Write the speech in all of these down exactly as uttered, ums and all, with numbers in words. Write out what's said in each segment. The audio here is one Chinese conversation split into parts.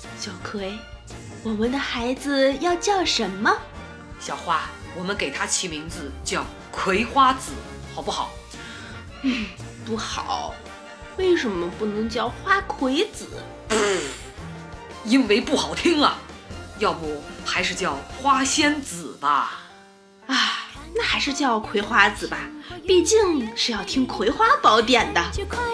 小葵，我们的孩子要叫什么？ 小花，我们给他起名字叫葵花籽，好不好？ 嗯，不好。为什么不能叫花葵子？ 因为不好听啊。要不还是叫花仙子吧。 啊，那还是叫葵花籽吧，毕竟是要听《葵花宝典》的。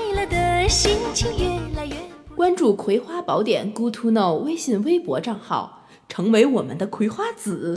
关注《葵花宝典》Good to Know 微信微博账号，成为我们的葵花籽。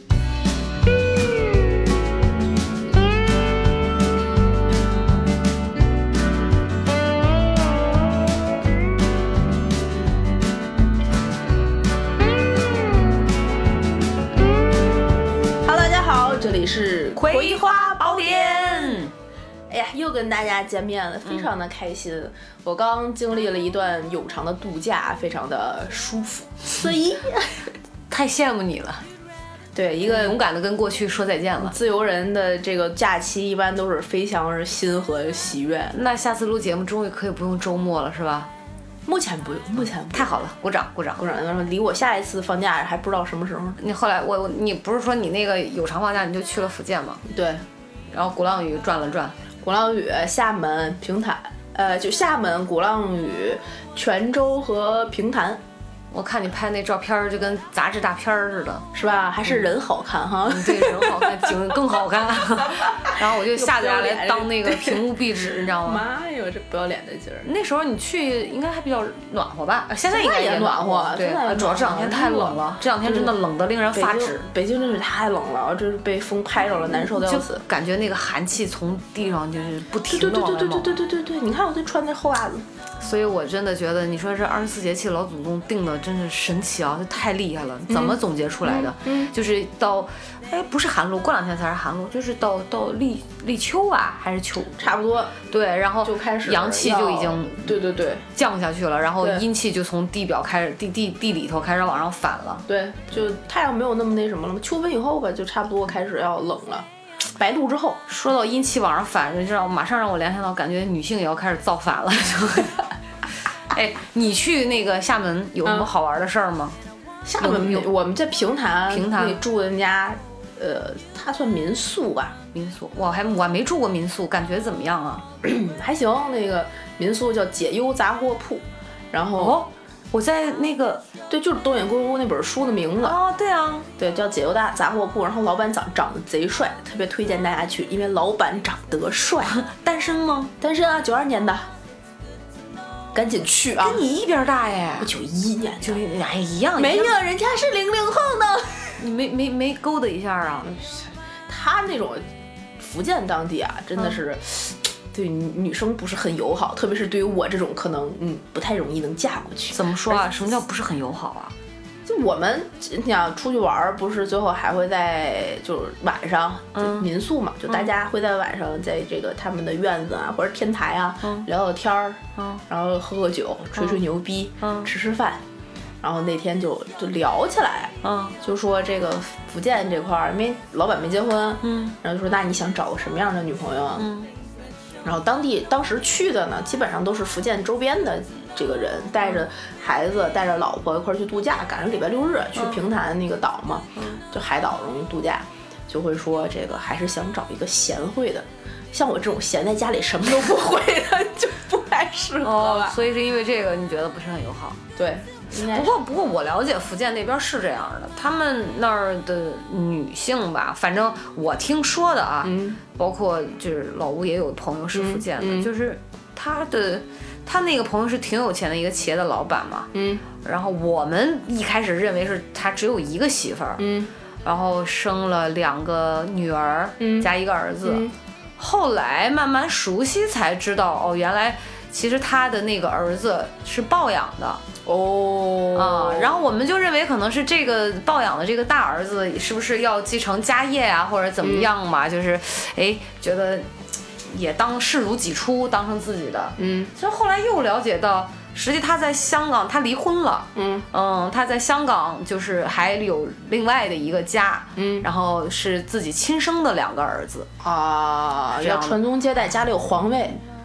这里是 《葵花宝典》。 哎呀，又跟大家见面了，非常的开心。嗯、我刚经历了一段悠长的度假，非常的舒服，所以太羡慕你了。 对，一个勇敢的跟过去说再见了。 自由人的这个假期一般都是飞翔着心和喜悦。 那下次录节目终于可以不用周末了，是吧？ 目前不用，目前不用。 太好了，鼓掌鼓掌鼓掌！离我下一次放假还不知道什么时候。 你后来我你不是说你那个有偿放假你就去了福建吗？ 对， 然后鼓浪屿转了转， 鼓浪屿、厦门、平潭，呃，就厦门、鼓浪屿、泉州和平潭。 我看你拍那照片就跟杂志大片似的， 是吧？还是人好看哈？ 嗯、对，人好看，景更好看。然后我就下载下来当那个屏幕壁纸，你知道吗？ 妈呀，这不要脸的劲儿！ 那时候你去应该还比较暖和吧？现在应该也暖和， 对，主要这两天太冷了，这两天真的冷得令人发指。 北京真是太冷了，这是被风拍着了，难受的要死。 感觉那个寒气从地上就是不停的往外冒。 对对对对对对对对，你看我这穿的厚袜子。 所以我真的觉得，你说这二十四节气老祖宗定的真是神奇啊，这太厉害了！怎么总结出来的？ 嗯， 就是到，哎，不是寒露，过两天才是寒露，就是到到立立秋啊，还是秋， 差不多。 对，然后就开始阳气就已经对对对降下去了，然后阴气就从地表开始地地地里头开始往上反了。 对，就太阳没有那么那什么了嘛，秋分以后吧，就差不多开始要冷了。白露之后， 说到阴气往上反，你知道，马上让我联想到，感觉女性也要开始造反了。哎，你去那个厦门有什么好玩的事儿吗？ 厦门有，我们在平潭， 平潭住的人家，呃，它算民宿吧？ 民宿，我还我还没住过民宿，感觉怎么样啊？ 还行，那个民宿叫解忧杂货铺，然后哦，我在那个对，就是东野圭吾那本书的名字哦，对啊， 对，叫解忧大杂货铺，然后老板长长得贼帅，特别推荐大家去，因为老板长得帅。 单身吗？ 单身啊，九二年的。赶紧去啊！ 跟你一边大耶， 我九一年， 九一年一样。 没有，人家是零零后呢。 你没没没勾搭一下啊？ 他那种福建当地啊，真的是、嗯、对女生不是很友好，特别是对于我这种可能嗯不太容易能嫁过去。 怎么说啊？什么叫不是很友好啊？ 就我们你想出去玩，不是最后还会在就是晚上就民宿嘛、嗯，就大家会在晚上在这个他们的院子啊或者天台啊、嗯、聊聊天儿、嗯，然后喝喝酒，吹吹牛逼，嗯，吃吃饭，然后那天就就聊起来，嗯，就说这个福建这块儿，因为老板没结婚，嗯，然后就说那你想找个什么样的女朋友啊？嗯，然后当地当时去的呢，基本上都是福建周边的。这个人带着孩子带着老婆一块去度假，赶上礼拜六日去平潭那个岛嘛、嗯、就海岛容易度假，就会说这个还是想找一个贤惠的，像我这种闲在家里什么都不会的就不太适合吧、 哦、所以是因为这个你觉得不是很友好？ 对， 不过不过我了解福建那边是这样的，他们那儿的女性吧，反正我听说的啊、嗯、包括就是老吴也有朋友是福建的、嗯嗯、就是他的他那个朋友是挺有钱的一个企业的老板嘛，嗯，然后我们一开始认为是他只有一个媳妇儿，嗯，然后生了两个女儿，嗯，加一个儿子、嗯，后来慢慢熟悉才知道，哦，原来其实他的那个儿子是抱养的， 哦， 啊、嗯，然后我们就认为可能是这个抱养的这个大儿子是不是要继承家业啊，或者怎么样嘛，嗯、就是哎觉得。也当视如己出，当成自己的。嗯，其实后来又了解到，实际他在香港，他离婚了。嗯嗯，他在香港就是还有另外的一个家。嗯，然后是自己亲生的两个儿子啊，要传宗接代，家里有皇位。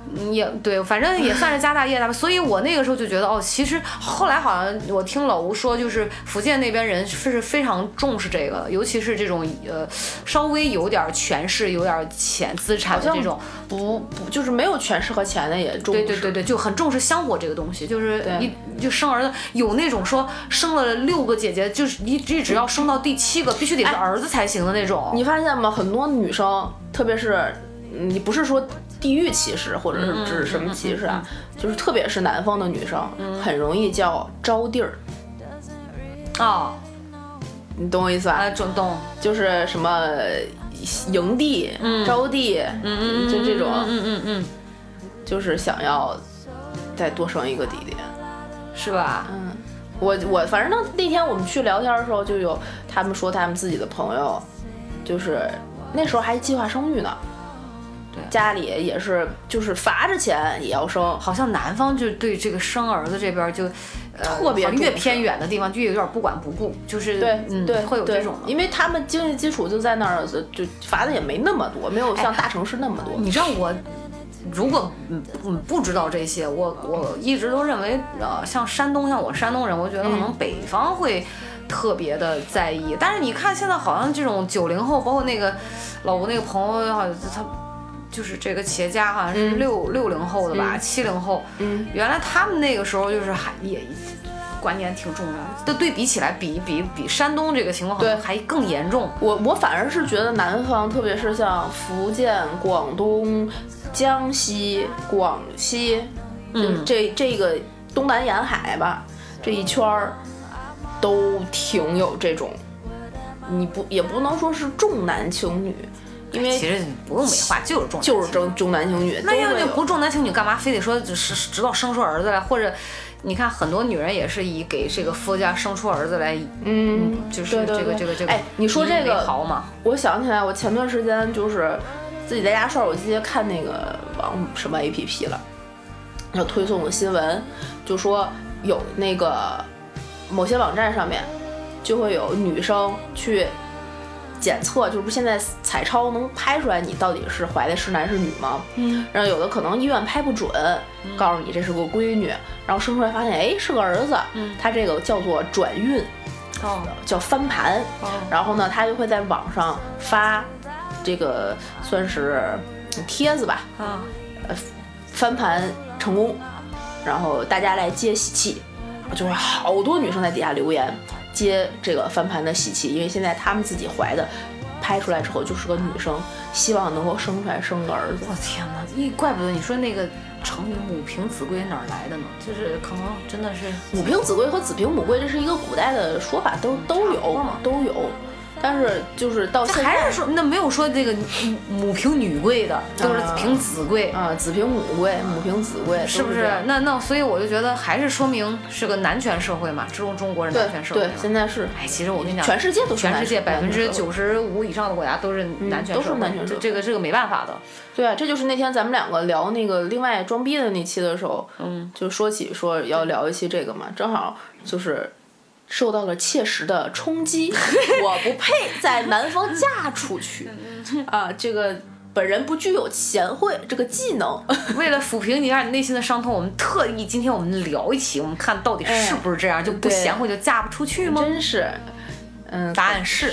也对，反正也算是家大业大吧。所以我那个时候就觉得，哦，其实后来好像我听老吴说，就是福建那边人是非常重视这个，尤其是这种呃稍微有点权势、有点钱资产的这种， 不不就是没有权势和钱的也重视。 对对对对，就很重视香火这个东西，就是一就生儿子，有那种说生了六个姐姐，就是一一直要生到第七个，必须得是儿子才行的那种。 你发现吗？很多女生，特别是你不是说地域歧视或者是指什么歧视啊， 嗯嗯嗯就是特别是南方的女生，嗯、很容易叫招娣儿。 哦， 你懂我意思吧？ 啊，懂懂， 就是什么营地、 嗯、 招娣， 嗯嗯， 就这种， 嗯嗯嗯嗯， 就是想要再多生一个弟弟， 是吧？ 嗯，我我反正那那天我们去聊天的时候，就有他们说他们自己的朋友，就是那时候还计划生育呢。家里也是，就是罚着钱也要生， 好像南方就对这个生儿子这边就，呃、 特别越偏远的地方就有点不管不顾，就是对、 嗯、 对会有这种的， 因为他们经济基础就在那儿，就罚的也没那么多，没有像大城市那么多。 哎、你知道我，如果嗯嗯不知道这些，我我一直都认为呃像山东，像我山东人，我觉得可能北方会特别的在意，嗯、但是你看现在好像这种九零后，包括那个老吴那个朋友，好像他。就是这个企业家好像是六六零后的吧，七零后， 嗯， 原来他们那个时候就是还也观念挺重要的，对比起来，比比比山东这个情况还更严重。 我我反而是觉得南方，特别是像福建、广东、江西、广西，嗯，这这个东南沿海吧，这一圈儿都挺有这种，你不也不能说是重男轻女。因为其实不用美化，就是重就是重重男轻女。 那要就不重男轻女，干嘛非得说只是直到生出儿子来？或者你看很多女人也是以给这个夫家生出儿子来， 嗯， 就是这个对对对这个这个。 哎，你说这个好嘛？ 我想起来，我前段时间就是自己在家刷手机看那个网什么 A P P 了，要推送的新闻，就说有那个某些网站上面就会有女生去。检测就是不现在彩超能拍出来你到底是怀的是男是女吗？嗯，然后有的可能医院拍不准，嗯、告诉你这是个闺女，然后生出来发现哎是个儿子，嗯，他这个叫做转运， 哦， 叫翻盘，哦，然后呢他就会在网上发这个算是帖子吧， 啊， 呃，翻盘成功，然后大家来接喜气，就是好多女生在底下留言。接这个翻盘的喜气，因为现在他们自己怀的，拍出来之后就是个女生，希望能够生出来生个儿子。 我天哪，你怪不得你说那个成语母凭子贵哪儿来的呢？就是可能真的是母凭子贵和子凭母贵，这是一个古代的说法，都都有都有。但是就是到现在还是说那没有说这个母凭女贵的，都是凭子贵啊，子凭母贵，母凭子贵， 是不是？那那所以我就觉得还是说明是个男权社会嘛，这种中国人男权社会。 对，现在是。 哎，其实我跟你讲， 全世界都是全世界百分之九十五以上的国家都是男权社会， 都是男权社会， 这个这个没办法的。 对啊，这就是那天咱们两个聊那个另外装逼的那期的时候，嗯，就说起说要聊一期这个嘛，正好就是。受到了切实的冲击，我不配在南方嫁出去啊！这个本人不具有贤惠这个技能。 为了抚平你让你内心的伤痛，我们特意今天我们聊一期，我们看到底是不是这样，哎、就不贤惠就嫁不出去吗？ 真是，嗯， 答案是。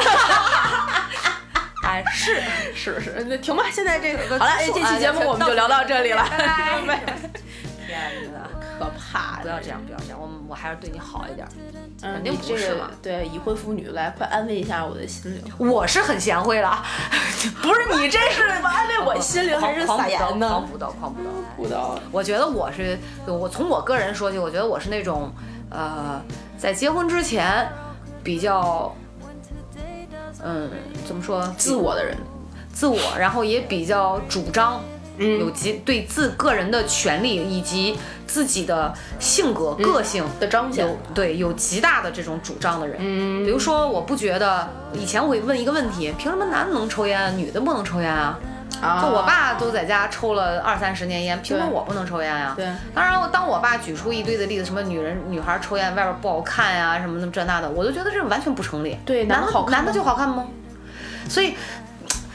答案是是是，那停吧，现在这个好了，这期节目我们就聊到这里了。 拜拜。天哪！ 可怕！ 不要这样，不要这样，我我还是对你好一点。 肯定不是嘛、 这个。对，已婚妇女，来快安慰一下我的心灵。 我是很贤惠了， 不是你这是安慰我心灵还是撒盐呢？ 狂补刀，狂补刀， 补刀。 我觉得我是，我从我个人说起，我觉得我是那种，呃，在结婚之前比较，嗯，怎么说？ 自我的人， 自我，然后也比较主张。嗯、有极对自个人的权利以及自己的性格、嗯、个性的彰显， 有对有极大的这种主张的人。 嗯， 比如说，我不觉得以前我会问一个问题：凭什么男的能抽烟，女的不能抽烟啊？啊就我爸都在家抽了二三十年烟，凭什么我不能抽烟呀、啊？ 对。 当然，当我爸举出一堆的例子，什么女人、女孩抽烟外边不好看呀、啊，什么那么这那的，我就觉得这完全不成立。 对， 男的好看， 男的就好看吗？所以。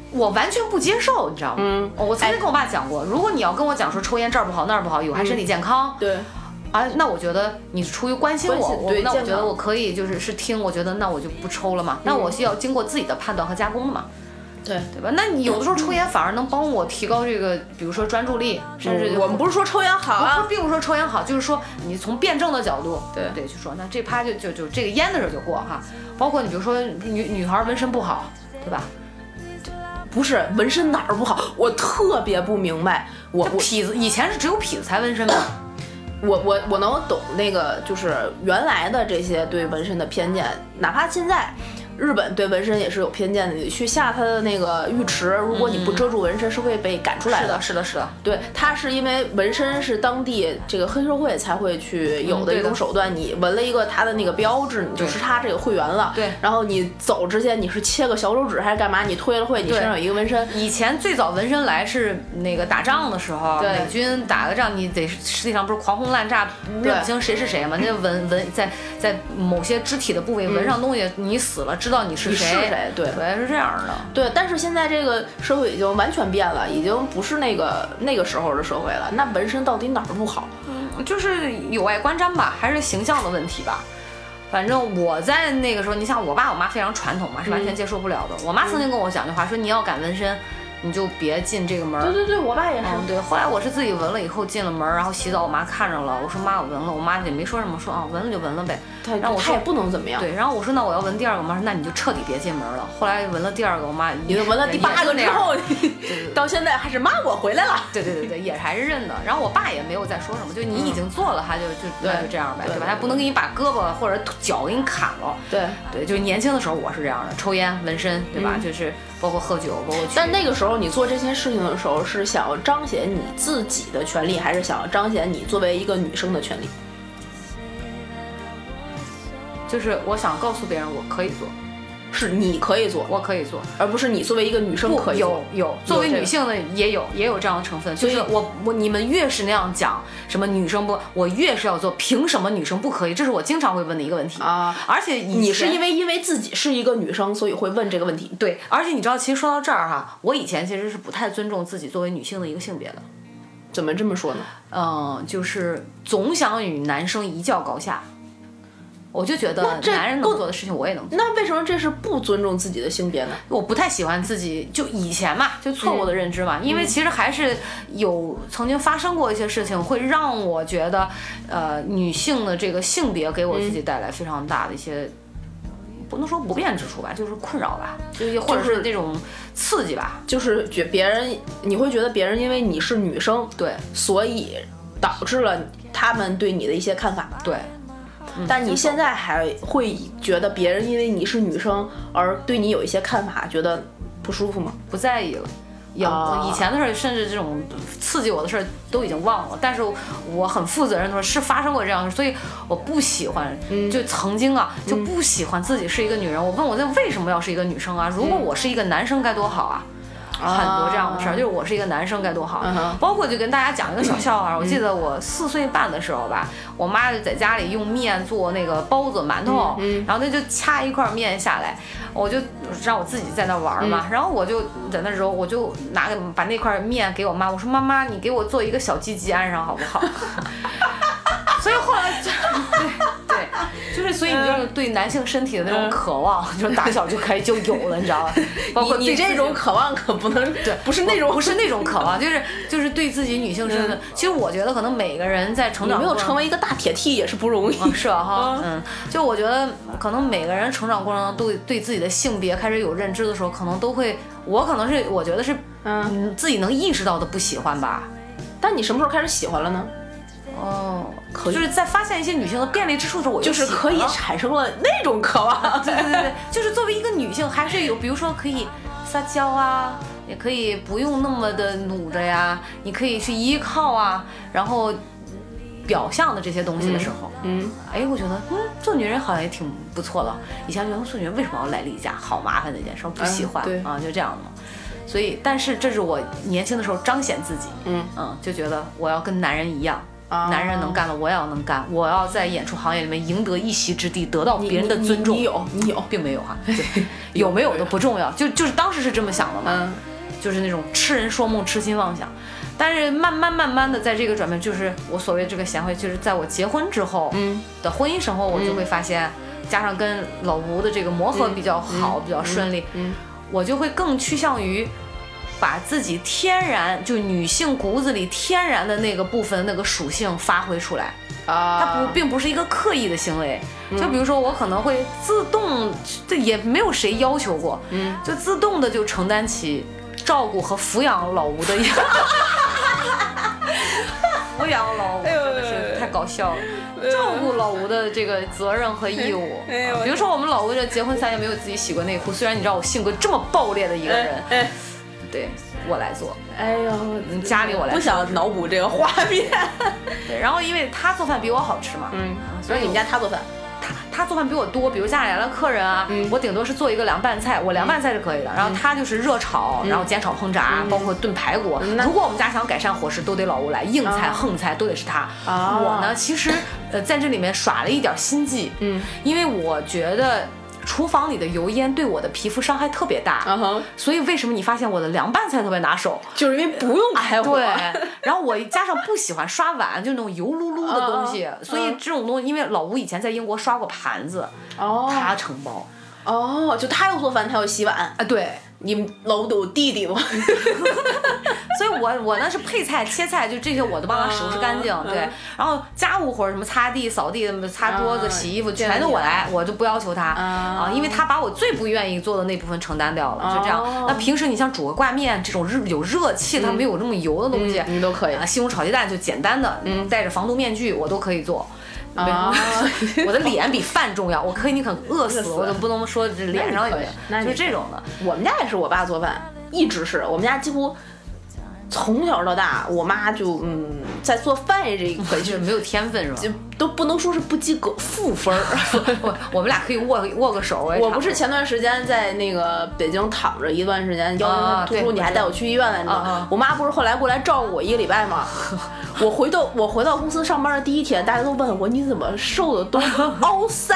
我完全不接受，你知道吗？ 嗯， 我曾经跟我爸讲过，如果你要跟我讲说抽烟这儿不好那儿不好，有害身体健康， 对。 啊，那我觉得你是出于关心我，我那我觉得我可以就是是听，我觉得那我就不抽了嘛。嗯、那我是要经过自己的判断和加工的嘛， 对对吧？那你有的时候抽烟反而能帮我提高这个，比如说专注力，甚至、 嗯、我们不是说抽烟好啊， 不是并不是说抽烟好，就是说你从辩证的角度， 对对，就说那这趴就就就这个烟的事就过哈。包括你比如说女女孩纹身不好，对吧？ 不是纹身哪儿不好，我特别不明白，我我痞子以前是只有痞子才纹身吗？ 我我我能懂那个，就是原来的这些对纹身的偏见，哪怕现在日本对纹身也是有偏见的。你去下他的那个浴池，如果你不遮住纹身，是会被赶出来的。 嗯、是的，是的，是的。 对，它是因为纹身是当地这个黑社会才会去有的一种手段。嗯、你纹了一个他的那个标志，你就是他这个会员了。 对。 然后你走之前，你是切个小手指还是干嘛？你推了会，你身上有一个纹身。 以前最早纹身来是那个打仗的时候，美军打个仗，你得实际上不是狂轰滥炸，认不清谁是谁嘛？那纹纹在在某些肢体的部位纹上东西，嗯、你死了知道你是谁。 是谁？对对，是这样的。 对，但是现在这个社会已经完全变了，已经不是那个那个时候的社会了。那纹身到底哪儿不好？ 嗯，就是有碍观瞻吧，还是形象的问题吧。反正我在那个时候，你想我爸我妈非常传统嘛，是完全接受不了的。嗯、我妈曾经跟我讲句话，说你要敢纹身，你就别进这个门。 对对对，我爸也是。 嗯，对。后来我是自己纹了以后进了门，然后洗澡，我妈看着了，我说妈我纹了，我妈也没说什么，说啊纹了就纹了呗。 然后我说也不能怎么样。 对，然后我说那我要纹第二个，我妈说那你就彻底别进门了。后来纹了第二个，我妈你纹了第八个之后，到现在还是妈我回来了。 对对对对，也还是认的。然后我爸也没有再说什么，就你已经做了，他就就那就这样呗，对吧？他不能给你把胳膊或者脚给你砍了。 对对，就是年轻的时候我是这样的，抽烟纹身，对吧？就是包括喝酒，包括。 但那个时候你做这些事情的时候，是想要彰显你自己的权利，还是想要彰显你作为一个女生的权利？ 就是我想告诉别人我可以做， 是你可以做， 我可以做， 而不是你作为一个女生可以做。 有有，作为女性的也有也有这样的成分，就是我我你们越是那样讲什么女生不，我越是要做，凭什么女生不可以？这是我经常会问的一个问题啊。 而且你是因为因为自己是一个女生，所以会问这个问题。 对，而且你知道，其实说到这儿哈，我以前其实是不太尊重自己作为女性的一个性别的。 怎么这么说呢？ 嗯，就是总想与男生一较高下。我就觉得男人能做的事情我也能做。 那为什么这是不尊重自己的性别呢？ 我不太喜欢自己，就以前嘛，就错误的认知嘛。嗯、因为其实还是有曾经发生过一些事情，会让我觉得，呃，女性的这个性别给我自己带来非常大的一些，嗯、不能说不便之处吧，就是困扰吧，就或者是那种刺激吧。 就是觉别人，你会觉得别人因为你是女生， 对， 所以导致了他们对你的一些看法。 对。 但你现在还会觉得别人因为你是女生而对你有一些看法，觉得不舒服吗？ 不在意了，也、啊、以前的事儿，甚至这种刺激我的事儿都已经忘了。但是我很负责任的说，是发生过这样的事，所以我不喜欢，嗯、就曾经啊，就不喜欢自己是一个女人。嗯、我问我，那为什么要是一个女生啊？如果我是一个男生该多好啊！很多这样的事儿，就是我是一个男生该多好。 嗯、 包括就跟大家讲一个小笑话，嗯、我记得我四岁半的时候吧，我妈就在家里用面做那个包子馒头， 嗯、 然后她就掐一块面下来，我就让我自己在那玩嘛， 嗯、 然后我就在那时候我就拿个把那块面给我妈，我说妈妈，你给我做一个小鸡鸡安上好不好？所以后来就对对，就是所以你就是对男性身体的那种渴望，嗯、就打小就可以就有了，你知道吗？包括你这种渴望可不能对， 不是那种不是那种渴望，就是就是对自己女性身份。嗯、其实我觉得可能每个人在成长过程，你没有成为一个大铁 T 也是不容易。 嗯、是啊哈，嗯，就我觉得可能每个人成长过程中都对自己的性别开始有认知的时候，可能都会，我可能是我觉得是嗯自己能意识到的不喜欢吧。 但你什么时候开始喜欢了呢？ 哦，可就是在发现一些女性的便利之处的时候，我就是可以产生了那种渴望。 对对对对，就是作为一个女性，还是有，比如说可以撒娇啊，也可以不用那么的努着呀，你可以去依靠啊，然后表象的这些东西的时候， 嗯， 哎，我觉得嗯，做女人好像也挺不错了。以前觉得做女人为什么要来例假，好麻烦的一件事，不喜欢、 嗯、 啊，就这样的嘛。所以，但是这是我年轻的时候彰显自己， 嗯嗯，就觉得我要跟男人一样。 啊、 男人能干的我也要能干，我要在演出行业里面赢得一席之地，得到别人的尊重。 你, 你, 你有，你有， 并没有哈、啊，有没有都不重要，就就是当时是这么想的嘛， 嗯， 就是那种痴人说梦、痴心妄想。但是慢慢慢慢的，在这个转变，就是我所谓这个贤惠，就是在我结婚之后的婚姻生活，我就会发现，嗯、加上跟老吴的这个磨合比较好，嗯、比较顺利， 嗯， 我就会更趋向于把自己天然就女性骨子里天然的那个部分那个属性发挥出来。 啊， 它不并不是一个刻意的行为，就比如说我可能会自动，这也没有谁要求过， 嗯， 就自动的就承担起照顾和抚养老吴的一个。抚养老吴真的是太搞笑了，照顾老吴的这个责任和义务。哎啊、比如说我们老吴这结婚三年没有自己洗过内裤，虽然你知道我性格这么暴烈的一个人， 哎哎、 对我来做。 哎呦， 家里我来做不想脑补这个画面。 对，然后因为他做饭比我好吃嘛， 嗯，所以你们家他做饭。 他他做饭比我多，比如家里来了客人啊， 嗯、 我顶多是做一个凉拌菜，我凉拌菜是可以的。嗯、然后他就是热炒，嗯、然后煎炒烹炸，嗯、包括炖排骨。嗯、如果我们家想改善伙食，都得老吴来，硬菜、啊、横菜都得是他。啊、我呢，其实呃在这里面耍了一点心计，嗯，因为我觉得。厨房里的油烟对我的皮肤伤害特别大， uh-huh. 所以为什么你发现我的凉拌菜特别拿手， 就是因为不用开火。 对，然后我加上不喜欢刷碗，就那种油噜噜的东西， uh-huh. 所以这种东西，因为老吴以前在英国刷过盘子，哦、uh-huh. 他承包。 哦，就他要做饭，他要洗碗啊？对， 你们老吴都有弟弟吗？ 所以我我呢是配菜、切菜，就这些我都帮他收拾干净。Uh-huh. 对，然后家务活什么擦地、扫地、擦桌子、uh-huh. 洗衣服，全都我来，我就不要求他啊， uh-huh. 因为他把我最不愿意做的那部分承担掉了， uh-huh. 就这样。那平时你像煮个挂面这种热有热气，它没有这么油的东西， 你、嗯嗯、都可以。 啊，西红柿炒鸡蛋就简单的，嗯，戴着防毒面具我都可以做。 啊， 我的脸比饭重要，我可以你可饿死，我就不能说这脸上有，就是这种的。 我们家也是我爸做饭，一直是我们家几乎从小到大，我妈就嗯在做饭这一块就没有天分是吧？ 就都不能说是不及格，负分儿。 我我们俩可以握握个手。 我不是前段时间在那个北京躺着一段时间，腰突出，你还带我去医院来着。 啊、 我妈不是后来过来照顾我一个礼拜吗？我回到我回到公司上班的第一天，大家都问我你怎么瘦的都凹腮。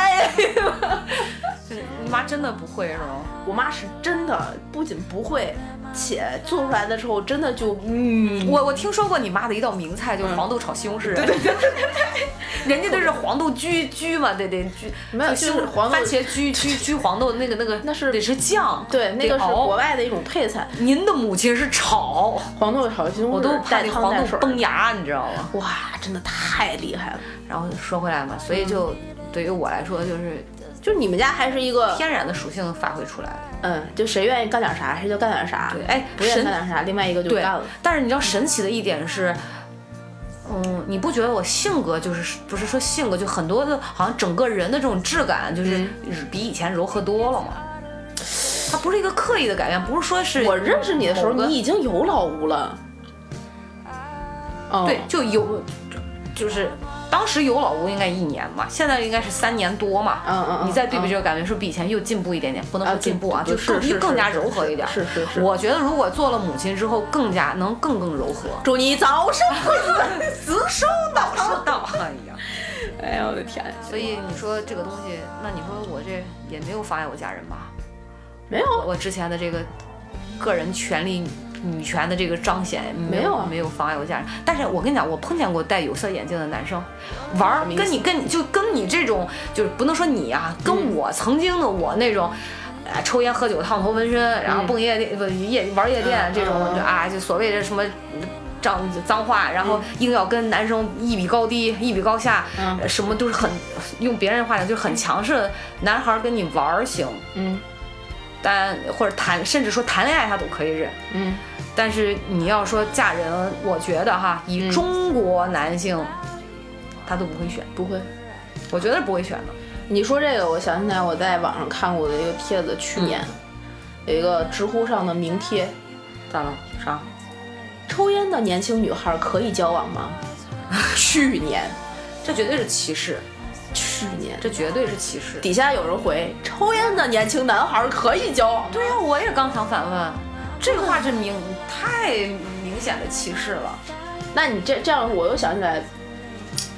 你妈真的不会是吗？ 我妈是真的不仅不会，且做出来的时候真的就嗯， 我我听说过你妈的一道名菜，就是黄豆炒西红柿。 对对对对对，人家都是黄豆焗焗嘛，对对焗， 没有就是黄豆番茄焗焗焗黄豆那个那个那是得是酱， 对，那个是国外的一种配菜。 您的母亲是炒黄豆炒西红柿， 我都怕那黄豆崩牙，你知道吗？ 哇，真的太厉害了。 然后说回来嘛，所以就对于我来说就是。 就是你们家还是一个天然的属性发挥出来， 嗯，就谁愿意干点啥谁就干点啥， 对，哎， 不愿意干点啥，另外一个就干了。 但是你知道神奇的一点是，嗯，你不觉得我性格就是不是说性格，就很多的，好像整个人的这种质感就是比以前柔和多了嘛。它不是一个刻意的改变，不是说是我认识你的时候你已经有老吴了， 对，就有，就是。当时有老吴应该一年嘛，现在应该是三年多嘛。 嗯嗯。 你再对比这个感觉，是比以前又进步一点点，不能说进步啊，就更是更加柔和一点。 是是是。 我觉得如果做了母亲之后，更加能更更柔和。 祝你早生贵子，子寿到寿到。哎呀， 哎呀我的天！ 所以你说这个东西，那你说我这也没有妨碍我家人吧？ 没有。 我之前的这个个人权利。女权的这个彰显没有没有妨碍我家人，但是我跟你讲，我碰见过戴有色眼镜的男生，玩跟你跟你就跟你这种就是不能说你啊，跟我曾经的我那种，啊抽烟喝酒烫头纹身，然后蹦夜店不夜玩夜店这种啊，就所谓的什么脏脏话，然后硬要跟男生一比高低一比高下，什么都是很用别人的话讲就是很强势的男孩跟你玩行， 嗯， 但或者谈甚至说谈恋爱他都可以忍， 嗯。 但是你要说嫁人，我觉得哈，以中国男性，嗯、他都不会选， 不会， 我觉得不会选的。 你说这个，我想起来我在网上看过的一个帖子，去年、嗯、有一个知乎上的名帖， 咋了？啥？ 抽烟的年轻女孩可以交往吗？去年， 这绝对是歧视。 去年， 这绝对是歧视。 底下有人回：抽烟的年轻男孩可以交往吗？ 对呀、啊，我也刚想反问。这个话是明太明显的歧视了。 那你这这样，我又想起来，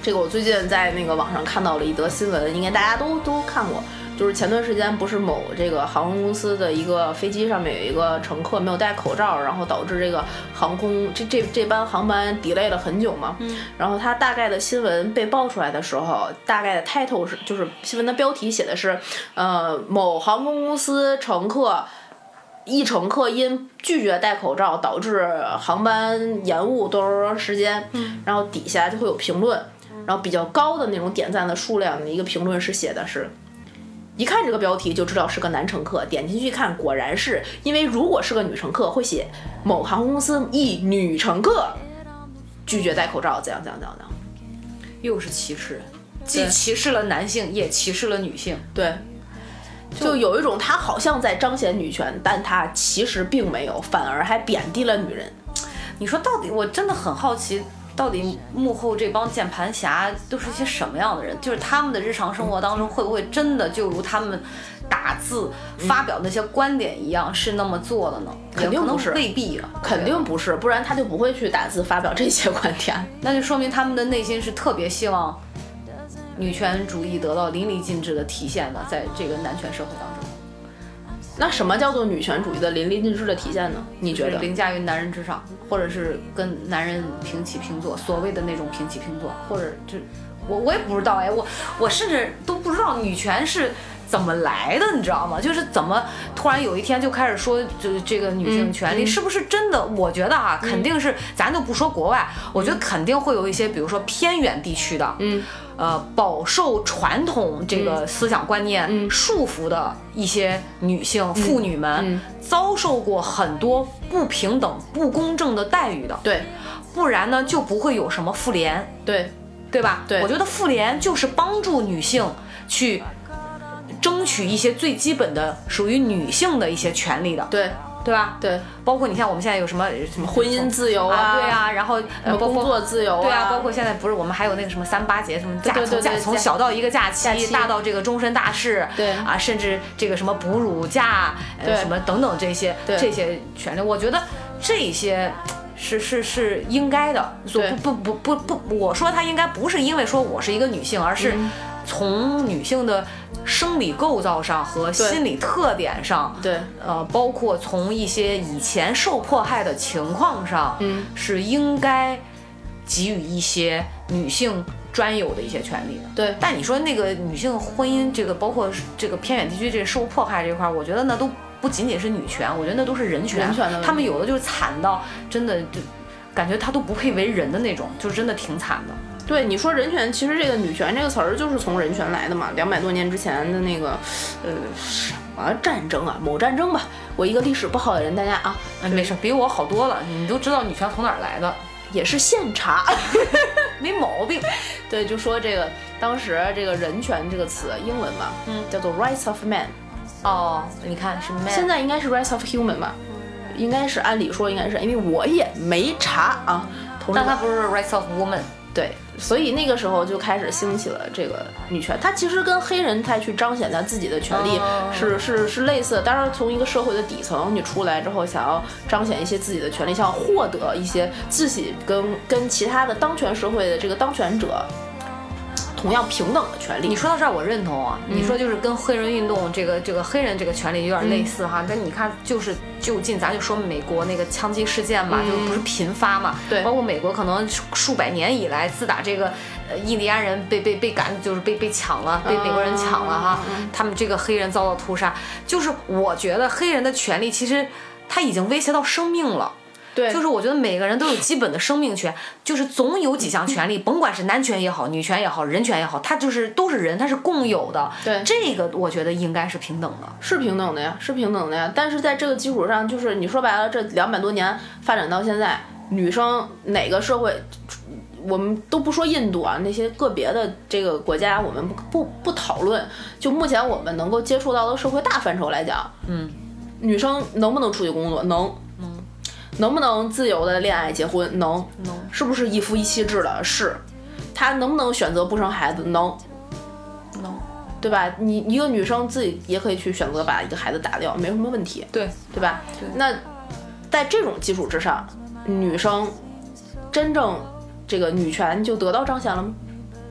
这个我最近在那个网上看到了一则新闻，应该大家都都看过。就是前段时间不是某这个航空公司的一个飞机上面有一个乘客没有戴口罩，然后导致这个航空这这这班航班 delay 了很久嘛。嗯。然后他大概的新闻被爆出来的时候，大概的 title 是就是新闻的标题写的是，呃，某航空公司乘客。一乘客因拒绝戴口罩导致航班延误多少多长时间，嗯，然后底下就会有评论，然后比较高的那种点赞的数量的一个评论是写的是，一看这个标题就知道是个男乘客，点进去看果然是因为如果是个女乘客会写某航空公司一女乘客拒绝戴口罩怎样怎样怎样怎样， 又是歧视，既歧视了男性也歧视了女性， 对。就有一种他好像在彰显女权，但他其实并没有，反而还贬低了女人。 你说到底，我真的很好奇，到底幕后这帮键盘侠都是一些什么样的人？就是他们的日常生活当中，会不会真的就如他们打字发表那些观点一样，是那么做的呢？ 肯定不是， 未必啊， 肯定不是，不然他就不会去打字发表这些观点。 那就说明他们的内心是特别希望女权主义得到淋漓尽致的体现的，在这个男权社会当中。 那什么叫做女权主义的淋漓尽致的体现呢？你觉得？ 凌驾于男人之上，或者是跟男人平起平坐，所谓的那种平起平坐，或者就我我也不知道哎，我我甚至都不知道女权是怎么来的，你知道吗？就是怎么突然有一天就开始说，就是这个女性权利、嗯、是不是真的？我觉得啊，肯定是，嗯、咱就不说国外，我觉得肯定会有一些，比如说偏远地区的，嗯。呃，饱受传统这个思想观念、嗯、束缚的一些女性、嗯、妇女们、嗯，遭受过很多不平等、不公正的待遇的。 对， 不然呢，就不会有什么妇联。 对， 对吧？ 对， 我觉得妇联就是帮助女性去争取一些最基本的属于女性的一些权利的。 对。 对吧？ 对， 包括你像我们现在有什么什么婚姻自由啊， 啊对啊，然后呃工作自由啊， 对啊，包括现在不是我们还有那个什么三八节什么假， 对对对， 从小到一个假期， 假期大到这个终身大事， 对啊，甚至这个什么哺乳假，呃，什么等等这些这些权利，我觉得这些。是是是应该的，不不不不不，我说它应该不是因为说我是一个女性，而是从女性的生理构造上和心理特点上， 对， 呃，包括从一些以前受迫害的情况上，嗯，是应该给予一些女性专有的一些权利的。 对， 但你说那个女性婚姻，这个包括这个偏远地区这个受迫害这块，我觉得那都。不仅仅是女权，我觉得那都是人权。 人权的， 他们有的就是惨到真的就感觉他都不配为人的那种，就是真的挺惨的。 对，你说人权，其实这个女权这个词儿就是从人权来的嘛。两百多年之前的那个呃什么战争啊，某战争吧。我一个历史不好的人，大家啊， 哎、没事，比我好多了。你都知道女权从哪儿来的， 也是现查， 没毛病。 对，就说这个当时这个人权这个词，英文嘛，嗯，叫做 rights of man。 哦，你看是 man， 现在应该是 rights of human 吧，应该是按理说应该是，因为我也没查啊。 但它不是 rights of woman。 对，所以那个时候就开始兴起了这个女权，它其实跟黑人他去彰显他自己的权利是、oh. 是是类似的。当然，从一个社会的底层你出来之后，想要彰显一些自己的权利，想要获得一些自己跟跟其他的当权社会的这个当权者。同样平等的权利。 你说到这儿，我认同啊。嗯、你说就是跟黑人运动这个这个黑人这个权利有点类似哈。但、嗯、你看，就是就近咱就说美国那个枪击事件嘛，嗯、就不是频发嘛。 对。 包括美国可能数百年以来，自打这个呃印第安人被被被赶，就是被被抢了，被美国人抢了哈、嗯，他们这个黑人遭到屠杀，就是我觉得黑人的权利其实他已经威胁到生命了。 对， 就是我觉得每个人都有基本的生命权，就是总有几项权利，甭管是男权也好，女权也好，人权也好，它就是都是人，它是共有的。 对， 这个我觉得应该是平等的， 是平等的呀，是平等的呀。但是在这个基础上，就是你说白了，这两百多年发展到现在，女生哪个社会，我们都不说印度啊，那些个别的这个国家，我们不不不讨论。就目前我们能够接触到的社会大范畴来讲，嗯，女生能不能出去工作？能。能不能自由的恋爱结婚？能，能。是不是一夫一妻制的？是。她能不能选择不生孩子？能，能，对吧？你一个女生自己也可以去选择把一个孩子打掉，没什么问题。 对， 对吧？ 对。 那在这种基础之上，女生真正这个女权就得到彰显了吗？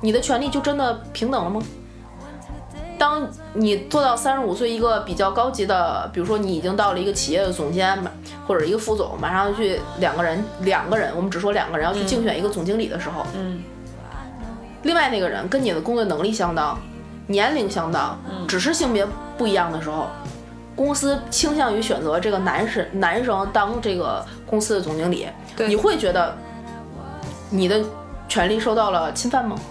你的权利就真的平等了吗？当你做到三十五岁，一个比较高级的，比如说你已经到了一个企业的总监或者一个副总，马上要去两个人，两个人，我们只说两个人要去竞选一个总经理的时候， 嗯， 另外那个人跟你的工作能力相当，年龄相当， 嗯， 只是性别不一样的时候，公司倾向于选择这个男生男生当这个公司的总经理，你会觉得你的权利受到了侵犯吗？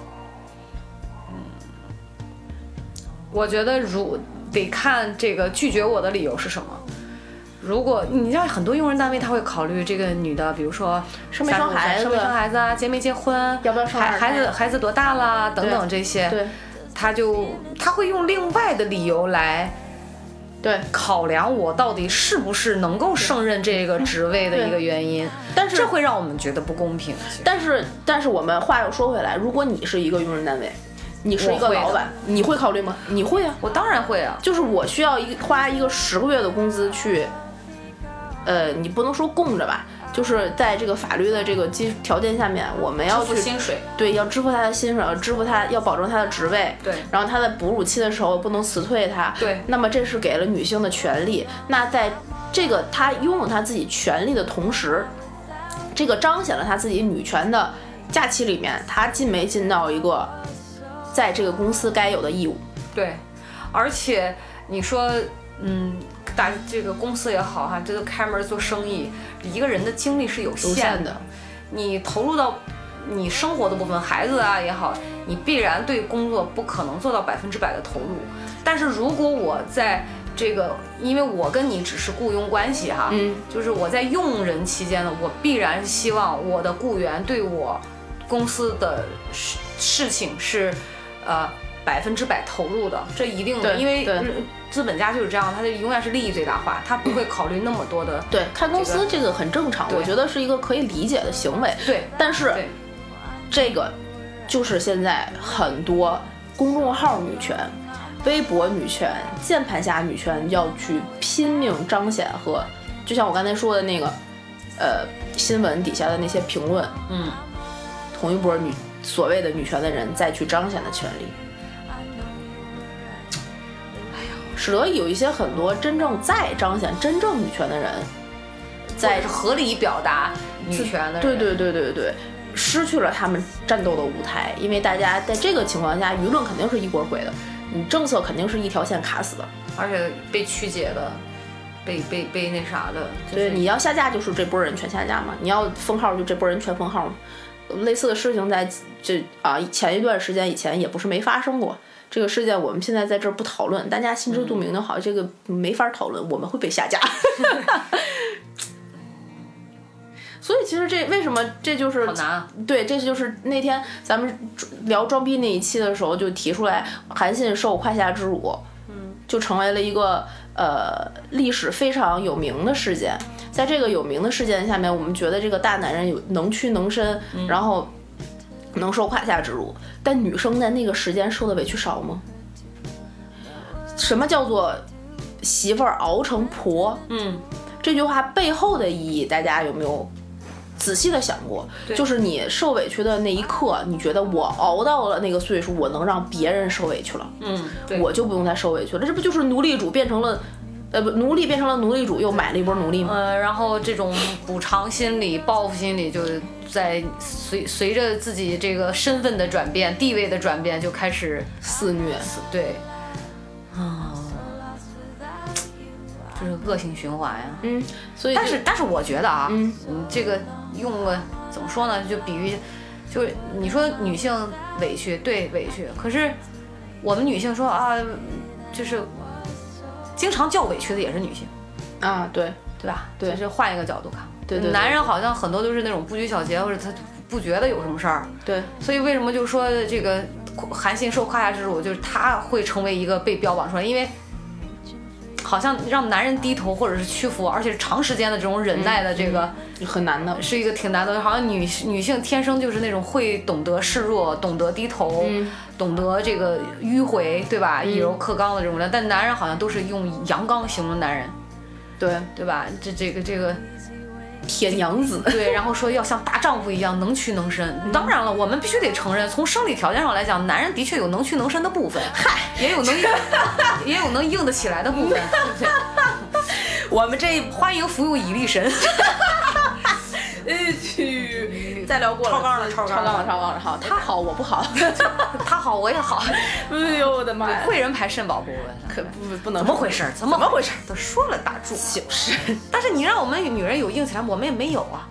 我觉得如得看这个拒绝我的理由是什么。如果你知道很多用人单位他会考虑这个女的，比如说生没生孩子， 生没生孩子啊，结没结婚， 要不要生孩孩子孩子多大啦等等这些， 对， 他就他会用另外的理由来对考量我到底是不是能够胜任这个职位的一个原因， 但是这会让我们觉得不公平。 但是但是我们话又说回来，如果你是一个用人单位，你是一个老板，你会考虑吗？你会啊， 我当然会啊。 就是我需要一花一个十个月的工资去，呃，你不能说供着吧，就是在这个法律的这个基条件下面，我们要去支付薪水， 对，要支付他的薪水，要支付他，要保证他的职位， 对， 然后他在哺乳期的时候不能辞退他， 对， 那么这是给了女性的权利。那在这个他拥有他自己权利的同时，这个彰显了他自己女权的假期里面，他尽没尽到一个在这个公司该有的义务？ 对，而且你说，嗯，大这个公司也好哈，这个开门做生意，一个人的精力是有限的， 有限的你投入到你生活的部分，孩子啊也好，你必然对工作不可能做到百分之百的投入。但是如果我在这个，因为我跟你只是雇佣关系哈， 嗯， 就是我在用人期间呢，我必然希望我的雇员对我公司的事事情是。呃，百分之百投入的，这一定的，因为资本家就是这样，他就永远是利益最大化，他不会考虑那么多的。 对，开公司这个很正常，我觉得是一个可以理解的行为。 对， 但是这个就是现在很多公众号女权、微博女权、键盘侠女权要去拼命彰显和，就像我刚才说的那个，呃，新闻底下的那些评论， 嗯， 同一波女。所谓的女权的人再去彰显的权利，哎呀，使得有一些很多真正在彰显真正女权的人，在合理表达女权的人， 对对对对对，失去了他们战斗的舞台，因为大家在这个情况下，舆论肯定是一锅烩的，你政策肯定是一条线卡死的， 而且被曲解的，被被被那啥的， 就是、对，你要下架就是这波人全下架嘛，你要封号就这波人全封号嘛。类似的事情在这啊前一段时间以前也不是没发生过，这个事件我们现在在这儿不讨论，大家心知肚明就好，嗯、这个没法讨论，我们会被下架。所以其实这为什么这就是好难、啊、 对，这就是那天咱们聊装逼那一期的时候就提出来，韩信受胯下之辱， 嗯， 就成为了一个呃历史非常有名的事件。在这个有名的事件下面，我们觉得这个大男人有能屈能伸， 嗯、 然后能受胯下之辱，但女生在那个时间受的委屈少吗？什么叫做媳妇儿熬成婆？ 嗯， 这句话背后的意义，大家有没有仔细的想过？就是你受委屈的那一刻，你觉得我熬到了那个岁数，我能让别人受委屈了， 嗯，对， 我就不用再受委屈了。这不就是奴隶主变成了？呃，不，奴隶变成了奴隶主，又买了一波奴隶吗？ 呃，然后这种补偿心理、报复心理，就在随随着自己这个身份的转变、地位的转变，就开始肆虐。 对，啊、嗯，这是恶性循环呀。 嗯，所以， 但是但是我觉得啊， 嗯， 这个用个怎么说呢？就比喻，就是你说女性委屈，对委屈，可是我们女性说啊，就是。经常叫委屈的也是女性， 啊，对对吧？ 对， 就是换一个角度看， 对 对, 对， 男人好像很多都是那种不拘小节，或者他不觉得有什么事儿， 对。 所以为什么就说这个韩信受胯下之辱，就是他会成为一个被标榜出来，因为好像让男人低头或者是屈服，而且长时间的这种忍耐的这个、 嗯、很难的， 是一个挺难的。好像女女性天生就是那种会懂得示弱、懂得低头、 嗯、 懂得这个迂回，对吧？以柔克刚的这种人，但男人好像都是用阳刚形容男人， 对对吧？这这个这个铁娘子， 对，然后说要像大丈夫一样能屈能伸。嗯、当然了，我们必须得承认，从生理条件上来讲，男人的确有能屈能伸的部分，嗨，也有能也有能硬得起来的部分，对不对？ 我们这欢迎服用蚁力神。 呃，去再聊过了， 超纲了，超纲了，超纲了。好，他好我不好， 他好我也好。 哎呦我的妈呀！ 贵人牌肾宝不问， 可不不能怎么回事？怎么回事？都说了打住。 就是， 但是你让我们女人有硬起来，我们也没有啊。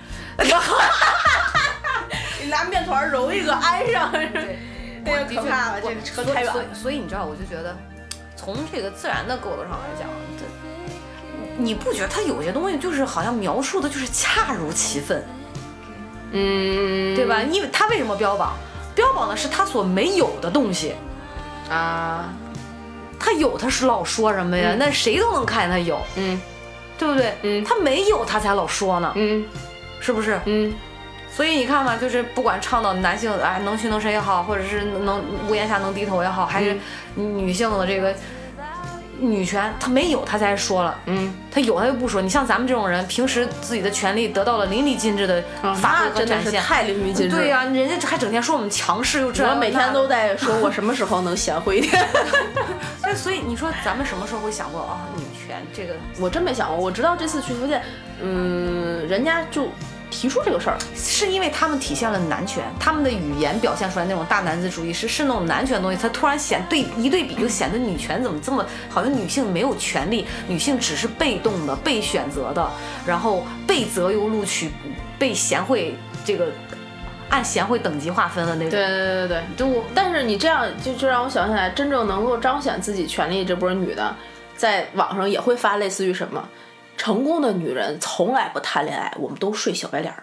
你拿面团揉一个安上， 对， 那个可怕了，这个扯太远。 所以所以你知道，我就觉得，从这个自然的构造上来讲，这。你不觉得他有些东西就是好像描述的就是恰如其分， 嗯， 对吧？因为他为什么标榜？标榜的是他所没有的东西啊， 他有他是老说什么呀？嗯、那谁都能看见他有， 嗯， 对不对？ 嗯， 他没有他才老说呢， 嗯， 是不是？ 嗯， 所以你看嘛，就是不管倡导男性哎能屈能伸也好，或者是能屋檐下能低头也好，还是女性的这个。女权他没有他才说了， 嗯， 他有他就不说。你像咱们这种人，平时自己的权利得到了淋漓尽致的发挥和展现， 太淋漓尽致。 对呀、啊，人家还整天说我们强势又这样， 我每天都在说我什么时候能贤惠一点。 那所以你说咱们什么时候会想过啊、哦、女权这个？ 我真没想过。我知道这次去福建，嗯，人家就。提出这个事儿， 是因为他们体现了男权，他们的语言表现出来那种大男子主义是是那种男权的东西，他突然显对一对比就显得女权怎么这么好像女性没有权利，女性只是被动的、被选择的，然后被择优录取、被贤惠这个按贤惠等级划分的那种。 对对对对，就但是你这样就就让我想起来，真正能够彰显自己权利这波女的，在网上也会发类似于什么。成功的女人从来不谈恋爱，我们都睡小白脸儿。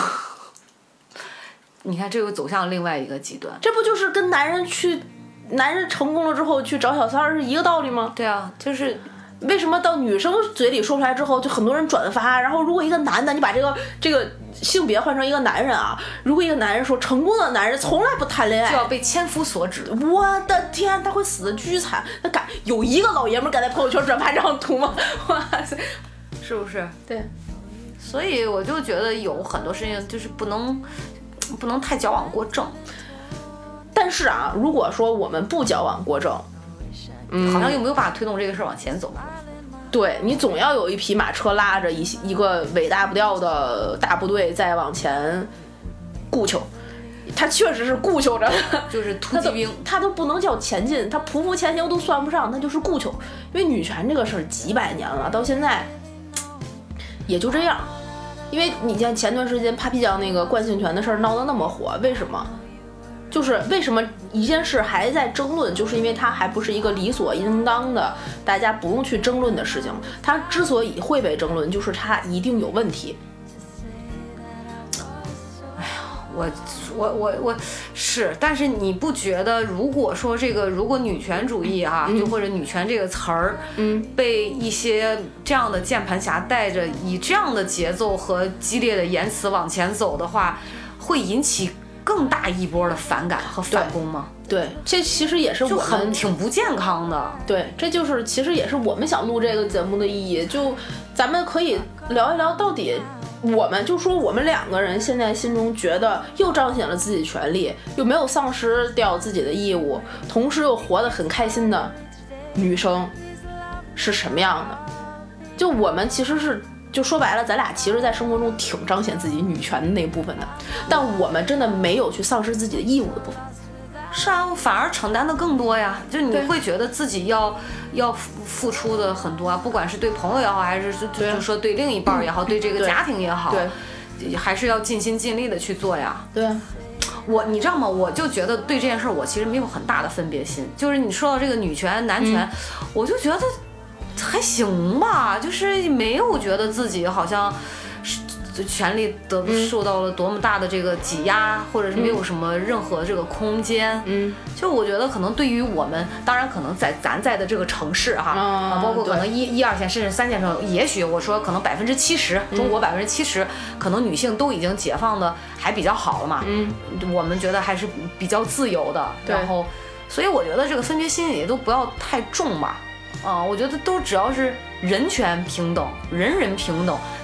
你看，这又走向另外一个极端， 这不就是跟男人去，男人成功了之后去找小三儿是一个道理吗？ 对啊，就是为什么到女生嘴里说出来之后，就很多人转发？然后如果一个男的，你把这个这个性别换成一个男人啊，如果一个男人说成功的男人从来不谈恋爱， 就要被千夫所指。 我的天，他会死得巨惨。他敢有一个老爷们敢在朋友圈转发这张图吗？哇塞！ 是不是？ 对， 所以我就觉得有很多事情就是不能不能太矫枉过正。 但是啊，如果说我们不矫枉过正， 嗯，好像又没有办法推动这个事儿往前走。 对，你总要有一匹马车拉着一一个尾大不掉的大部队在往前顾求。他确实是顾求着， 就是突击兵， 他都不能叫前进，他匍匐前行都算不上，那就是顾求。因为女权这个事儿几百年了，到现在也就这样。因为你像前段时间 Papi 酱那个惯性权的事儿闹得那么火，为什么？就是为什么一件事还在争论，就是因为它还不是一个理所应当的，大家不用去争论的事情。它之所以会被争论，就是它一定有问题。 我我我我是，但是你不觉得，如果说这个，如果女权主义啊，嗯、就或者女权这个词儿， 嗯， 被一些这样的键盘侠带着以这样的节奏和激烈的言辞往前走的话，会引起更大一波的反感和反攻吗？ 对，对，这其实也是我们就很挺不健康的。 对，这就是其实也是我们想录这个节目的意义。就咱们可以聊一聊到底。我们就说我们两个人现在心中觉得又彰显了自己权利，又没有丧失掉自己的义务，同时又活得很开心的女生是什么样的。就我们其实是就说白了，咱俩其实在生活中挺彰显自己女权的那部分的，但我们真的没有去丧失自己的义务的部分。 是啊，反而承担的更多呀。就你会觉得自己要要付出的很多啊，不管是对朋友也好，还是就就说对另一半也好，对这个家庭也好， 对， 还是要尽心尽力的去做呀。 对啊， 我你知道吗？我就觉得对这件事我其实没有很大的分别心。就是你说到这个女权男权，嗯、我就觉得还行吧，就是没有觉得自己好像是。权力得受到了多么大的这个挤压，嗯、或者是没有什么任何这个空间。 嗯， 就我觉得可能对于我们，当然可能在咱在的这个城市哈，啊、 嗯， 包括可能一一二线甚至三线城，也许我说可能百分之七十，中国百分之七十，可能女性都已经解放的还比较好了嘛。 嗯， 我们觉得还是比较自由的。然后，所以我觉得这个分别心也都不要太重吧。啊，我觉得都只要是人权平等，人人平等，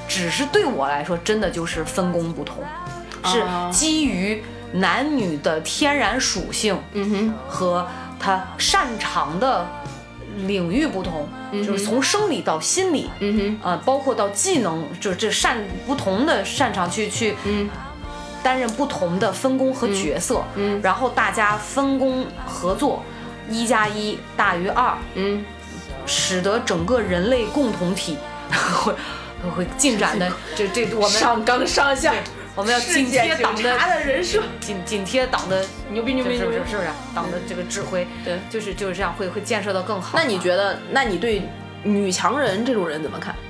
只是对我来说，真的就是分工不同，是基于男女的天然属性和他擅长的领域不同，嗯、就是从生理到心理，嗯哼，呃，包括到技能，就是这擅不同的擅长去去，嗯，担任不同的分工和角色，嗯，然后大家分工合作，一加一大于二，嗯，使得整个人类共同体会会进展的，这这我们上纲上线。 我们要紧贴党的人设， 紧紧贴党的牛逼牛逼是不是是不是党的这个指挥？ 对， 就是就是这样会会建设的更好。 那你觉得，那你对女强人这种人怎么看？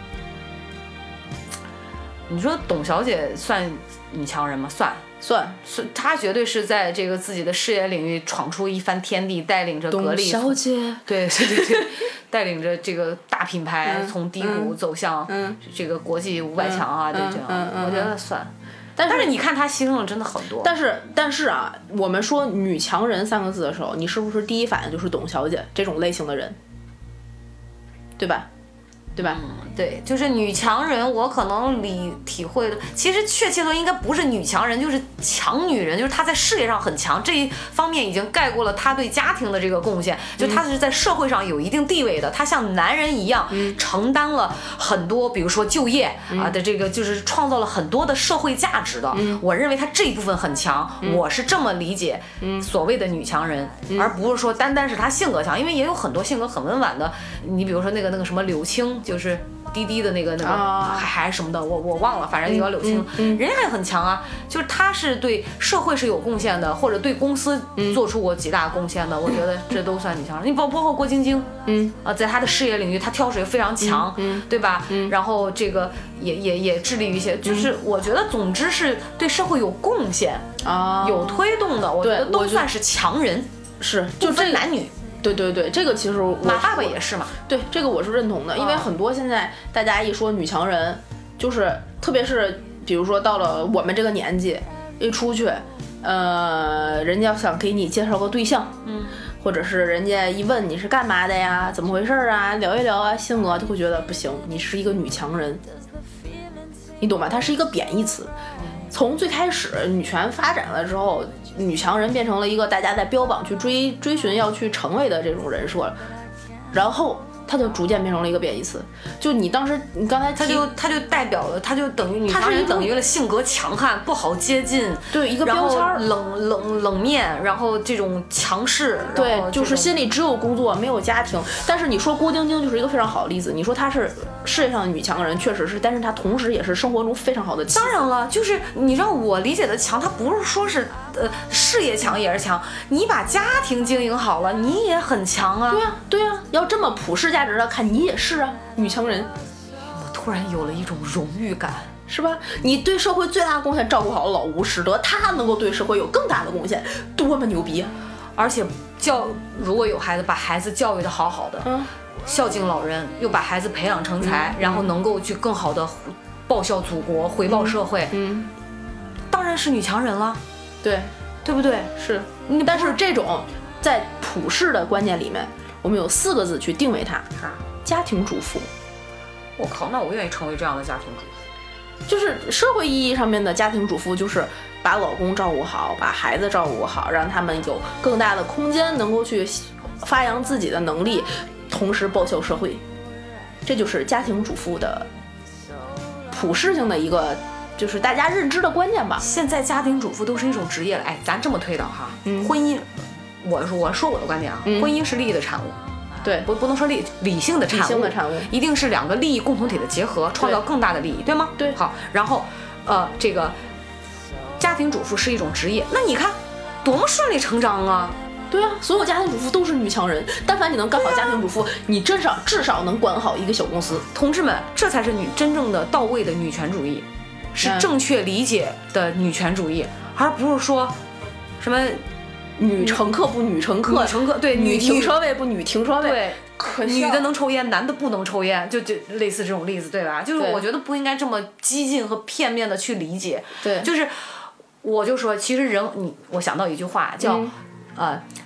你说董小姐算女强人吗？算算， 是她绝对是在这个自己的事业领域闯出一番天地，带领着格力。 董小姐， 对对对对，带领着这个大品牌从低谷走向这个国际五百强啊，对这样，我觉得算。但 是, 但是你看他牺牲了真的很多。 但是但是啊，我们说女强人三个字的时候，你是不是第一反应就是董小姐这种类型的人，对吧？对吧？ 嗯，对，就是女强人，我可能理体会的，其实确切的应该不是女强人，就是强女人，就是她在事业上很强，这一方面已经盖过了她对家庭的这个贡献，就她是在社会上有一定地位的，她像男人一样承担了很多，比如说就业啊的这个，就是创造了很多的社会价值的。我认为她这一部分很强，我是这么理解所谓的女强人，而不是说单单是她性格强，因为也有很多性格很温婉的，你比如说那个那个什么柳青。就是滴滴的那个那个还还什么的，我我忘了，反正一个柳青，人家也很强啊。就是他是对社会是有贡献的，或者对公司做出过极大贡献的，我觉得这都算女强人。你包包括郭晶晶，嗯啊，在她的事业领域，她跳水非常强，嗯，对吧？嗯，然后这个也也也致力于一些，就是我觉得总之是对社会有贡献啊，有推动的，我觉得都算是强人， 是就分男女。 对对对，这个其实我马爸爸也是嘛。 对，这个我是认同的，因为很多现在大家一说女强人，就是特别是比如说到了我们这个年纪，一出去，呃，人家想给你介绍个对象，嗯，或者是人家一问你是干嘛的呀，怎么回事啊，聊一聊啊，性格就会觉得不行，你是一个女强人，你懂吗？它是一个贬义词。从最开始女权发展了之后，女强人变成了一个大家在标榜去追追寻要去成为的这种人设，然后它就逐渐变成了一个贬义词。就你当时你刚才它就它就代表了，它就等于女强人等于了性格强悍、不好接近， 对一个标签， 冷冷冷面，然后这种强势， 对，就是心里只有工作没有家庭。但是你说郭晶晶就是一个非常好的例子，你说她是事业上的女强人，确实是，但是她同时也是生活中非常好的妻子。 当然了，就是你让我理解的强，她不是说是呃事业强也是强，你把家庭经营好了，你也很强啊。 对啊，对啊，要这么普世价值的看，你也是啊，女强人。 我突然有了一种荣誉感， 是吧？你对社会最大的贡献，照顾好了老吴，使得他能够对社会有更大的贡献，多么牛逼啊！ 而且教如果有孩子，把孩子教育的好好的，嗯，孝敬老人，又把孩子培养成才，嗯、然后能够去更好的报效祖国、回报社会，嗯，当然是女强人了， 对， 对不对？ 是，但是这种在普世的观念里面，我们有四个字去定位它， 啥？ 家庭主妇。 我靠，那我愿意成为这样的家庭主妇。 就是社会意义上面的家庭主妇，就是把老公照顾好，把孩子照顾好，让他们有更大的空间能够去发扬自己的能力，同时报效社会。这就是家庭主妇的普世性的一个，就是大家认知的观念吧。 现在家庭主妇都是一种职业了，哎，咱这么推导哈，嗯、婚姻，我说我说我的观点啊，嗯、婚姻是利益的产物。 对， 不不能说理理性的产物， 理性的产物一定是两个利益共同体的结合，创造更大的利益，对吗？ 对。 好，然后，呃，这个家庭主妇是一种职业，那你看多么顺理成章啊！ 对啊，所有家庭主妇都是女强人，但凡你能干好家庭主妇，啊、你至少至少能管好一个小公司。 同志们，这才是女真正的到位的女权主义，是正确理解的女权主义，嗯、而不是说什么。 女乘客不女乘客， 女乘客对女停车位不女停车位， 对，可女的能抽烟，男的不能抽烟，就就类似这种例子，对吧？就是我觉得不应该这么激进和片面的去理解。 对， 就是我就说，其实人，你我想到一句话叫，嗯、呃，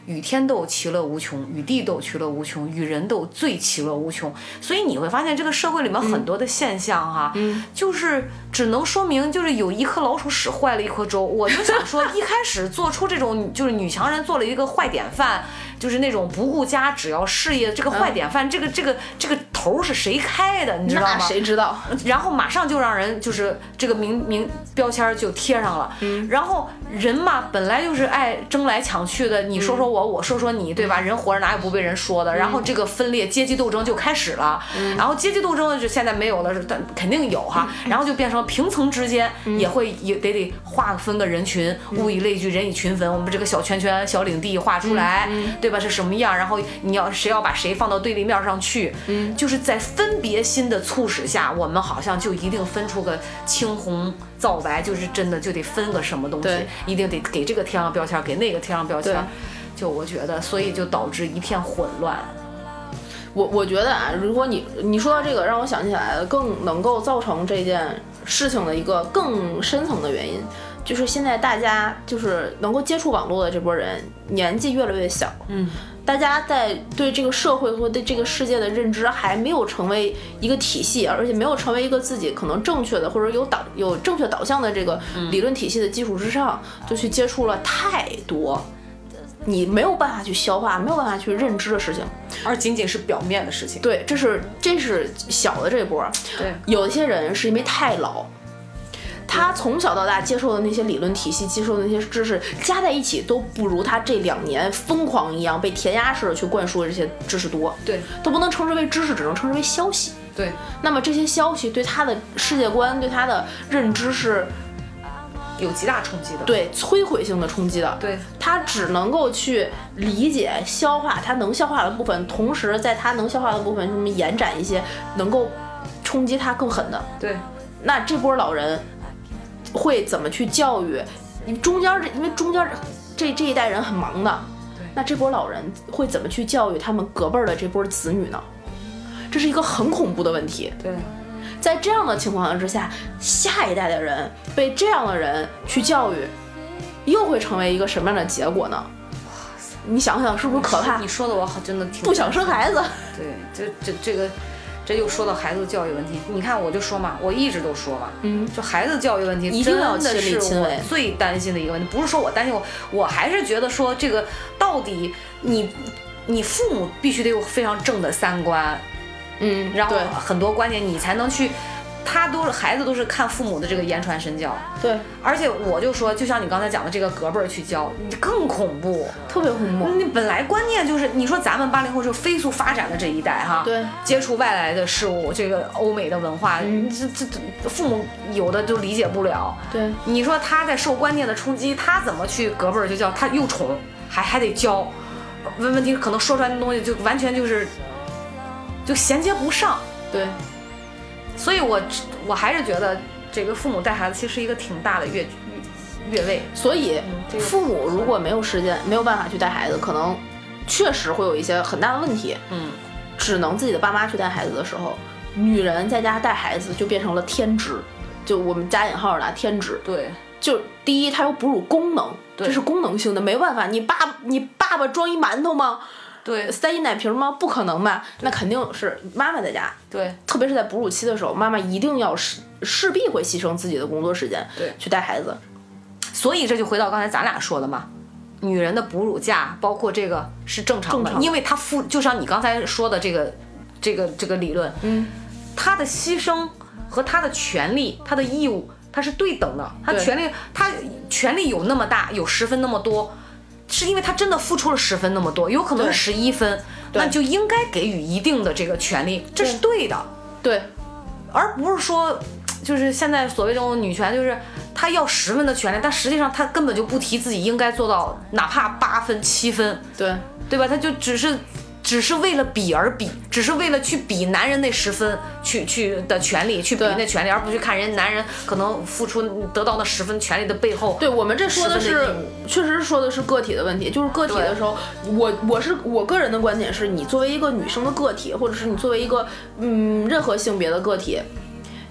与天斗其乐无穷，与地斗其乐无穷，与人斗最其乐无穷。所以你会发现这个社会里面很多的现象哈、 嗯、 就是只能说明就是有一颗老鼠屎坏了一颗粥。我就想说一开始做出这种就是女强人做了一个坏典范，就是那种不顾家只要事业这个坏典范、嗯、这个这个这个头是谁开的你知道吗？ 谁知道？ 然后马上就让人就是这个名名标签就贴上了、 嗯、 然后人嘛本来就是爱争来抢去的，你说说我、嗯、我说说你，对吧？人活着哪有不被人说的、嗯、然后这个分裂阶级斗争就开始了、嗯、然后阶级斗争就现在没有了，但肯定有哈、嗯、然后就变成平层之间也会也得得划分个人群、嗯、物以类聚人以群分，我们这个小圈圈小领地画出来、嗯、对吧？是什么样，然后你要谁要把谁放到对立面上去、嗯、就是在分别心的促使下，我们好像就一定分出个青红皂白，就是真的就得分个什么东西，一定得给这个贴上标签，给那个贴上标签，就我觉得，所以就导致一片混乱。 我我觉得啊，如果你你说到这个，让我想起来了，更能够造成这件事情的一个更深层的原因，就是现在大家就是能够接触网络的这波人年纪越来越小， 嗯。 大家在对这个社会或对这个世界的认知还没有成为一个体系，而且没有成为一个自己可能正确的或者有导有正确导向的这个理论体系的基础之上，就去接触了太多你没有办法去消化、没有办法去认知的事情， 而仅仅是表面的事情。 对，这是这是小的这波。 对， 有一些人是因为太老。他从小到大接受的那些理论体系，接受的那些知识加在一起都不如他这两年疯狂一样被填鸭式的去灌输的这些知识多。 对， 都不能称之为知识，只能称之为消息。 对， 那么这些消息对他的世界观、对他的认知是有极大冲击的， 对，摧毁性的冲击的。 对， 他只能够去理解、消化他能消化的部分，同时在他能消化的部分上面延展一些能够冲击他更狠的。 对， 那这波老人会怎么去教育？中间因为中间这这一代人很忙的，那这波老人会怎么去教育他们隔辈的这波子女呢？这是一个很恐怖的问题。 对， 在这样的情况之下，下一代的人被这样的人去教育，又会成为一个什么样的结果呢？你想想是不是可怕？ 你说的我真的挺不想生孩子。 对，这这这个。这又说到孩子教育问题，你看我就说嘛，我一直都说嘛， 嗯， 就孩子教育问题一定要真的是我最担心的一个问题。不是说我担心我，我还是觉得说这个到底你你父母必须得有非常正的三观， 嗯， 然后很多观念你才能去。他都是孩子，都是看父母的这个言传身教。 对， 而且我就说，就像你刚才讲的这个隔辈儿去教，你更恐怖， 特别恐怖。 你本来观念就是，你说咱们八零后就飞速发展的这一代哈， 对， 接触外来的事物，这个欧美的文化， 嗯、 这这这父母有的就理解不了。 对， 你说他在受观念的冲击，他怎么去隔辈儿就教？他又宠，还还得教，问问题可能说出来的东西就完全就是就衔接不上。 对。 所以我我还是觉得这个父母带孩子其实是一个挺大的越越位。 所以父母如果没有时间没有办法去带孩子，可能确实会有一些很大的问题。 嗯， 只能自己的爸妈去带孩子的时候，女人在家带孩子就变成了天职，就我们加引号的天职。 对， 就第一它有哺乳功能，这是功能性的，没办法，你爸你爸爸装一馒头吗？ 对， 塞一奶瓶吗？不可能吧？那肯定是妈妈在家。 对， 特别是在哺乳期的时候，妈妈一定要势势必会牺牲自己的工作时间， 对， 去带孩子。 所以这就回到刚才咱俩说的嘛，女人的哺乳假，包括这个是正常的， 正常的因为她付，就像你刚才说的这个这个这个理论， 嗯， 她的牺牲和她的权利、她的义务，它是对等的。她权利，她权利有那么大，有十分那么多。是因为他真的付出了十分那么多，有可能是十一分，那就应该给予一定的这个权利，这是对的。 对， 而不是说，就是现在所谓这种女权，就是他要十分的权利，但实际上他根本就不提自己应该做到，哪怕八分、七分， 对， 对吧？他就只是。只是为了比而比，只是为了去比男人那十分去去的权利，去比那权利，而不去看人男人可能付出得到那十分权利的背后。 对，我们这说的是，确实说的是个体的问题，就是个体的时候，我我是我个人的观点是，你作为一个女生的个体，或者是你作为一个嗯任何性别的个体，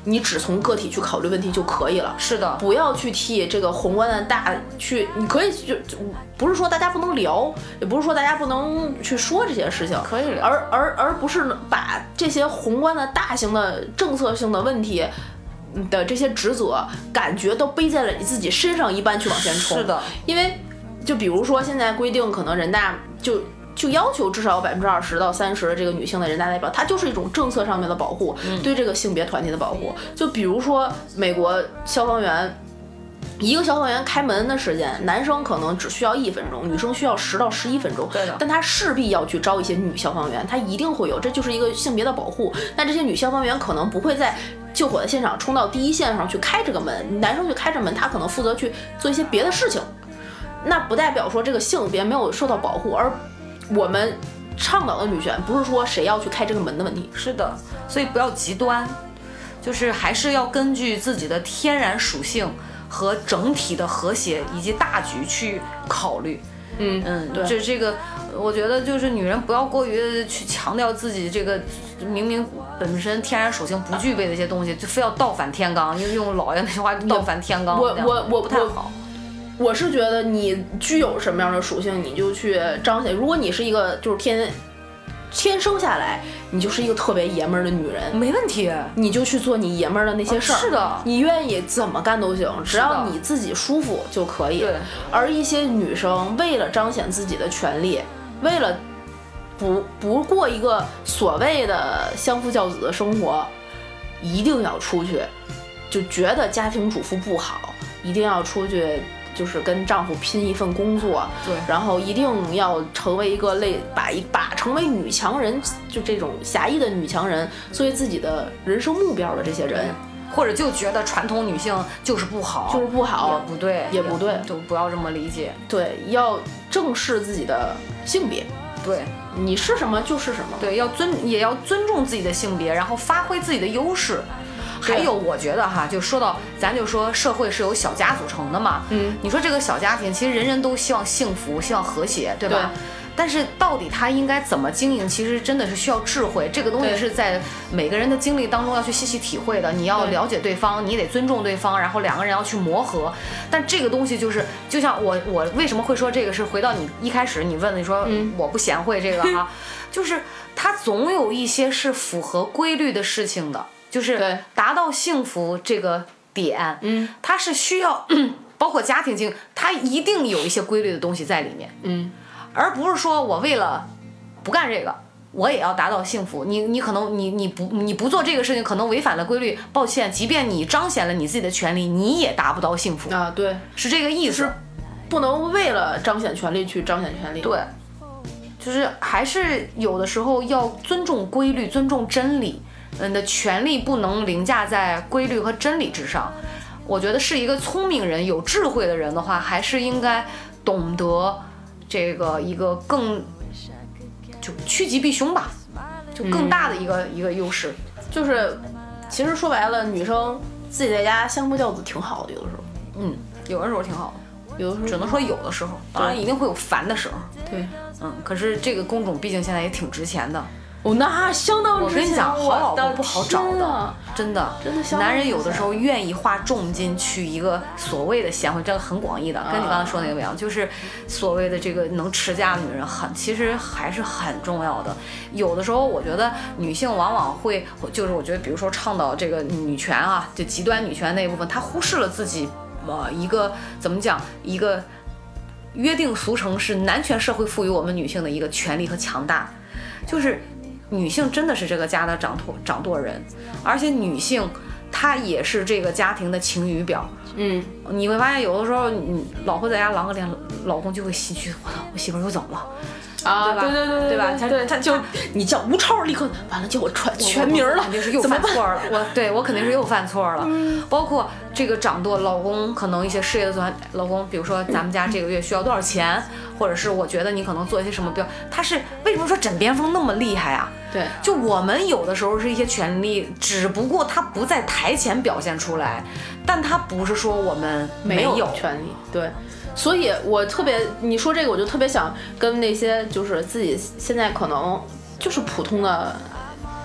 你只从个体去考虑问题就可以了。 是的， 不要去替这个宏观的大去，你可以就就不是说大家不能聊，也不是说大家不能去说这些事情， 可以聊， 而而而不是把这些宏观的大型的政策性的问题的这些职责感觉都背在了你自己身上一般去往前冲。 是的， 因为就比如说现在规定，可能人大就就要求至少有百分之二十到三十的这个女性的人大代表，它就是一种政策上面的保护， 嗯、 对这个性别团体的保护。就比如说美国消防员。一个消防员开门的时间，男生可能只需要一分钟，女生需要十到十一分钟。 对的， 但他势必要去招一些女消防员，他一定会有，这就是一个性别的保护。那这些女消防员可能不会在救火的现场冲到第一线上去开这个门，男生去开着门，他可能负责去做一些别的事情。那不代表说这个性别没有受到保护，而我们倡导的女权不是说谁要去开这个门的问题。 是的，所以不要极端，就是还是要根据自己的天然属性和整体的和谐以及大局去考虑。 嗯嗯， 对， 这这个，我觉得就是女人不要过于的去强调自己这个明明本身天然属性不具备的一些东西，就非要倒反天罡，用用老爷那句话倒反天罡， 我我我不太好。 我是觉得你具有什么样的属性，你就去彰显。如果你是一个就是天天生下来你就是一个特别爷们儿的女人， 没问题， 你就去做你爷们儿的那些事儿、 哦。是的， 你愿意怎么干都行，只要你自己舒服就可以。 对。 而一些女生为了彰显自己的权利，为了不不过一个所谓的相夫教子的生活，一定要出去，就觉得家庭主妇不好，一定要出去。就是跟丈夫拼一份工作， 对， 然后一定要成为一个类把一把成为女强人，就这种狭义的女强人作为自己的人生目标的这些人， 或者就觉得传统女性就是不好， 就是不好， 也不对， 也不对， 就不要这么理解。 对，要正视自己的性别， 对， 你是什么就是什么， 对，要尊也要尊重自己的性别，然后发挥自己的优势。还有，我觉得哈，就说到，咱就说社会是由小家组成的嘛。 嗯， 你说这个小家庭，其实人人都希望幸福，希望和谐，对吧？ 对。 但是到底他应该怎么经营，其实真的是需要智慧。这个东西是在每个人的经历当中要去细细体会的。你要了解对方，你得尊重对方，然后两个人要去磨合。但这个东西就是，就像我我为什么会说这个，是回到你一开始你问的，你说、嗯、我不贤惠这个哈，就是他总有一些是符合规律的事情的。就是达到幸福这个点， 嗯， 它是需要，包括家庭经营，它一定有一些规律的东西在里面， 嗯， 而不是说我为了不干这个，我也要达到幸福。你你可能你你不你不做这个事情，可能违反了规律。抱歉，即便你彰显了你自己的权利，你也达不到幸福啊。对， 是这个意思， 就是不能为了彰显权利去彰显权利。 对，就是还是有的时候要尊重规律，尊重真理。你的权利不能凌驾在规律和真理之上。我觉得是一个聪明人、有智慧的人的话，还是应该懂得这个一个更就趋吉避凶吧，就更大的一个、嗯、一个优势。 就是其实说白了，女生自己在家相夫教子挺好的，有的时候， 嗯，有的时候挺好的， 有的时候只能说有的时候，当然一定会有烦的时候。 对， 嗯，可是这个工种毕竟现在也挺值钱的。 哦，那相当我跟你讲，好老婆不好找的，真的， 真的。 男人有的时候愿意花重金去一个所谓的贤惠，这个很广义的，跟你刚才说那个一样，就是所谓的这个能持家的女人很，其实还是很重要的。有的时候我觉得女性往往会，就是我觉得比如说倡导这个女权啊，就极端女权那一部分，她忽视了自己呃一个怎么讲一个约定俗成是男权社会赋予我们女性的一个权利和强大，就是。女性真的是这个家的掌舵掌舵人，而且女性她也是这个家庭的晴雨表。 嗯， 你会发现有的时候，你老婆在家狼个脸，老公就会心虚，我操，我媳妇又怎么了？ 啊， 对对对对对吧？他对他就你叫吴超，立刻完了，叫我全全名了， 肯定是又犯错了。我对我肯定是又犯错了。 嗯， 包括这个掌舵，老公可能一些事业的做，老公，比如说咱们家这个月需要多少钱，或者是我觉得你可能做一些什么标，他是为什么说枕边风那么厉害啊？ 对， 就我们有的时候是一些权利，只不过他不在台前表现出来，但他不是说我们没有权利，对。所以我特别，你说这个我就特别想跟那些就是自己现在可能就是普通的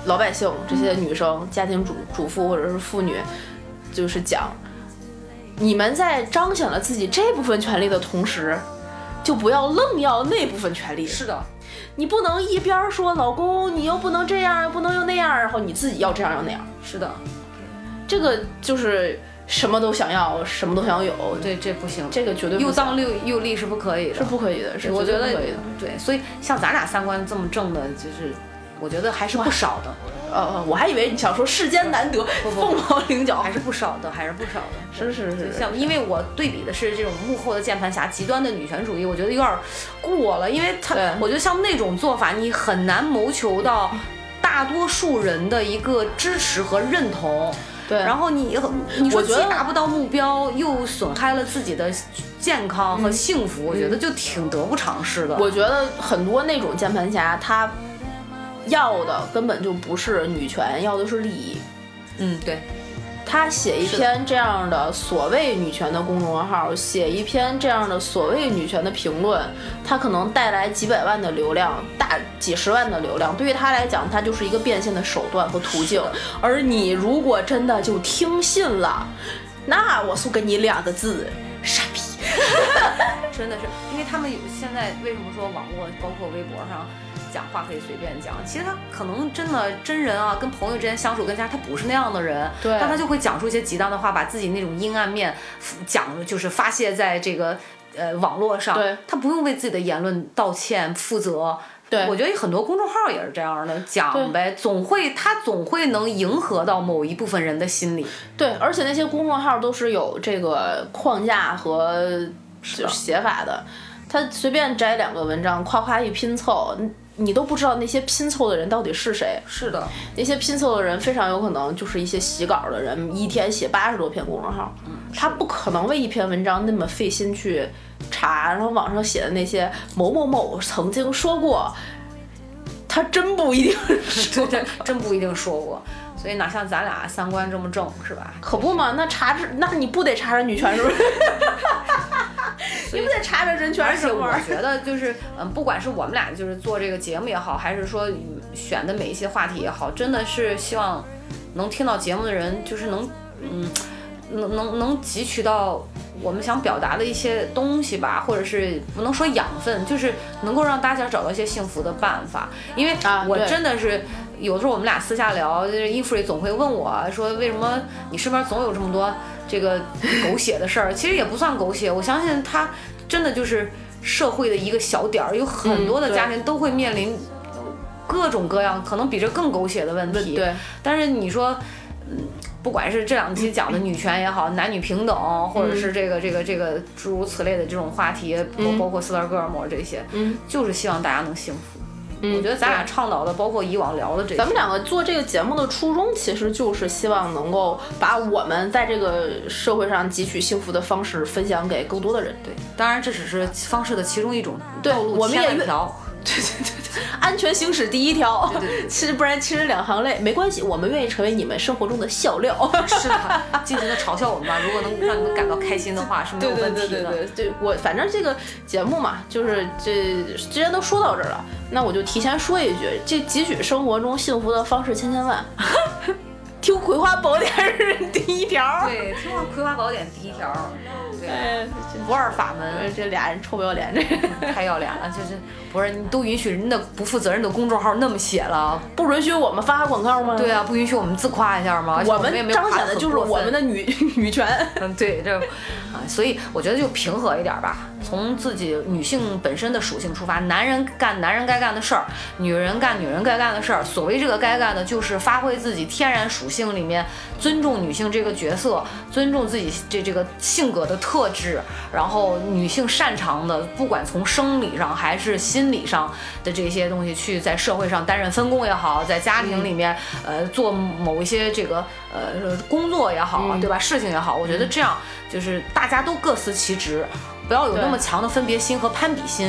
老百姓这些女生、家庭主主妇或者是妇女，就是讲，你们在彰显了自己这部分权利的同时，就不要愣要那部分权利。 是的， 你不能一边说老公你又不能这样，又不能又那样，然后你自己要这样要那样。 是的， 这个就是什么都想要，什么都想有。 对，这不行， 这个绝对又当又又立是不可以的， 是不可以的，是我觉得不可以的。 对，所以像咱俩三观这么正的，就是我觉得还是不少的。 呃，我还以为你想说世间难得凤毛麟角， 还是不少的，还是不少的。 是是是， 像因为我对比的是这种幕后的键盘侠、极端的女权主义，我觉得有点过了，因为他，我觉得像那种做法，你很难谋求到大多数人的一个支持和认同。 对， 然后你你说既达不到目标，又损害了自己的健康和幸福，嗯、我觉得就挺得不偿失的。 我觉得很多那种键盘侠，他要的根本就不是女权，要的是利益。 嗯，对。 他写一篇这样的所谓女权的公众号，写一篇这样的所谓女权的评论，他可能带来几百万的流量，大几十万的流量，对于他来讲，他就是一个变现的手段和途径。而你如果真的就听信了，那我送给你两个字：傻逼。 真的是，因为他们有现在为什么说网络，包括微博上讲话可以随便讲，其实他可能真的真人啊，跟朋友之间相处跟家，他不是那样的人， 对， 但他就会讲出一些极端的话，把自己那种阴暗面讲，就是发泄在这个呃网络上， 对， 他不用为自己的言论道歉负责。 对， 我觉得很多公众号也是这样的，讲呗，总会他总会能迎合到某一部分人的心理。 对，而且那些公众号都是有这个框架和就写法的，他随便摘两个文章，夸夸一拼凑，你都不知道那些拼凑的人到底是谁。 是的， 那些拼凑的人非常有可能就是一些洗稿的人，一天写八十多篇公众号， 嗯， 他不可能为一篇文章那么费心去查，然后网上写的那些某某某曾经说过，他真不一定说， 对，真不一定说过。所以哪像咱俩三观这么正，是吧？ 可不嘛，那查着，那你不得查着女权是不是？你不得查着人权？ 而且我觉得就是，嗯，不管是我们俩就是做这个节目也好，还是说选的每一些话题也好，真的是希望能听到节目的人，就是能，嗯，能能能汲取到我们想表达的一些东西吧，或者是不能说养分，就是能够让大家找到一些幸福的办法。因为我真的是。有的时候我们俩私下聊，就是伊芙瑞总会问我说，为什么你身边总有这么多这个狗血的事儿？其实也不算狗血，我相信他真的就是社会的一个小点儿，有很多的家庭都会面临各种各样可能比这更狗血的问题。 对， 但是你说，嗯，不管是这两期讲的女权也好，男女平等，或者是这个这个这个诸如此类的这种话题， 嗯、 包括斯德哥尔摩这些， 嗯， 就是希望大家能幸福。 嗯、 我觉得咱俩倡导的，包括以往聊的这些， 咱们两个做这个节目的初衷，其实就是希望能够把我们在这个社会上汲取幸福的方式分享给更多的人。 对，当然这只是方式的其中一种道路千万条。 对对对对，安全行驶第一条。 对对对， 其实不然其实两行泪，没关系，我们愿意成为你们生活中的笑料。 是的，尽情的嘲笑我们吧，如果能让你们感到开心的话，是没有问题的。 对对对对对，对我反正这个节目嘛，就是这既然都说到这儿了，那我就提前说一句，这汲取生活中幸福的方式千千万。听《葵花宝典》是第一条。 对，听完《葵花宝典》第一条。对，不二法门， 这俩人臭不要脸，这太要脸了，就是不是你都允许人的不负责任的公众号那么写了， 不允许我们发广告吗？ 对啊，不允许我们自夸一下吗？ 我们彰显的就是我们的女女权。 嗯，对，这啊，所以我觉得就平和一点吧，从自己女性本身的属性出发，男人干男人该干的事儿，女人干女人该干的事儿。所谓这个该干的，就是发挥自己天然属性里面，尊重女性这个角色，尊重自己这这个性格的特质，然后女性擅长的，不管从生理上还是心理上的这些东西，去在社会上担任分工也好，在家庭里面、嗯、呃做某一些这个呃工作也好、嗯、对吧，事情也好，我觉得这样就是大家都各司其职，不要有那么强的分别心和攀比心。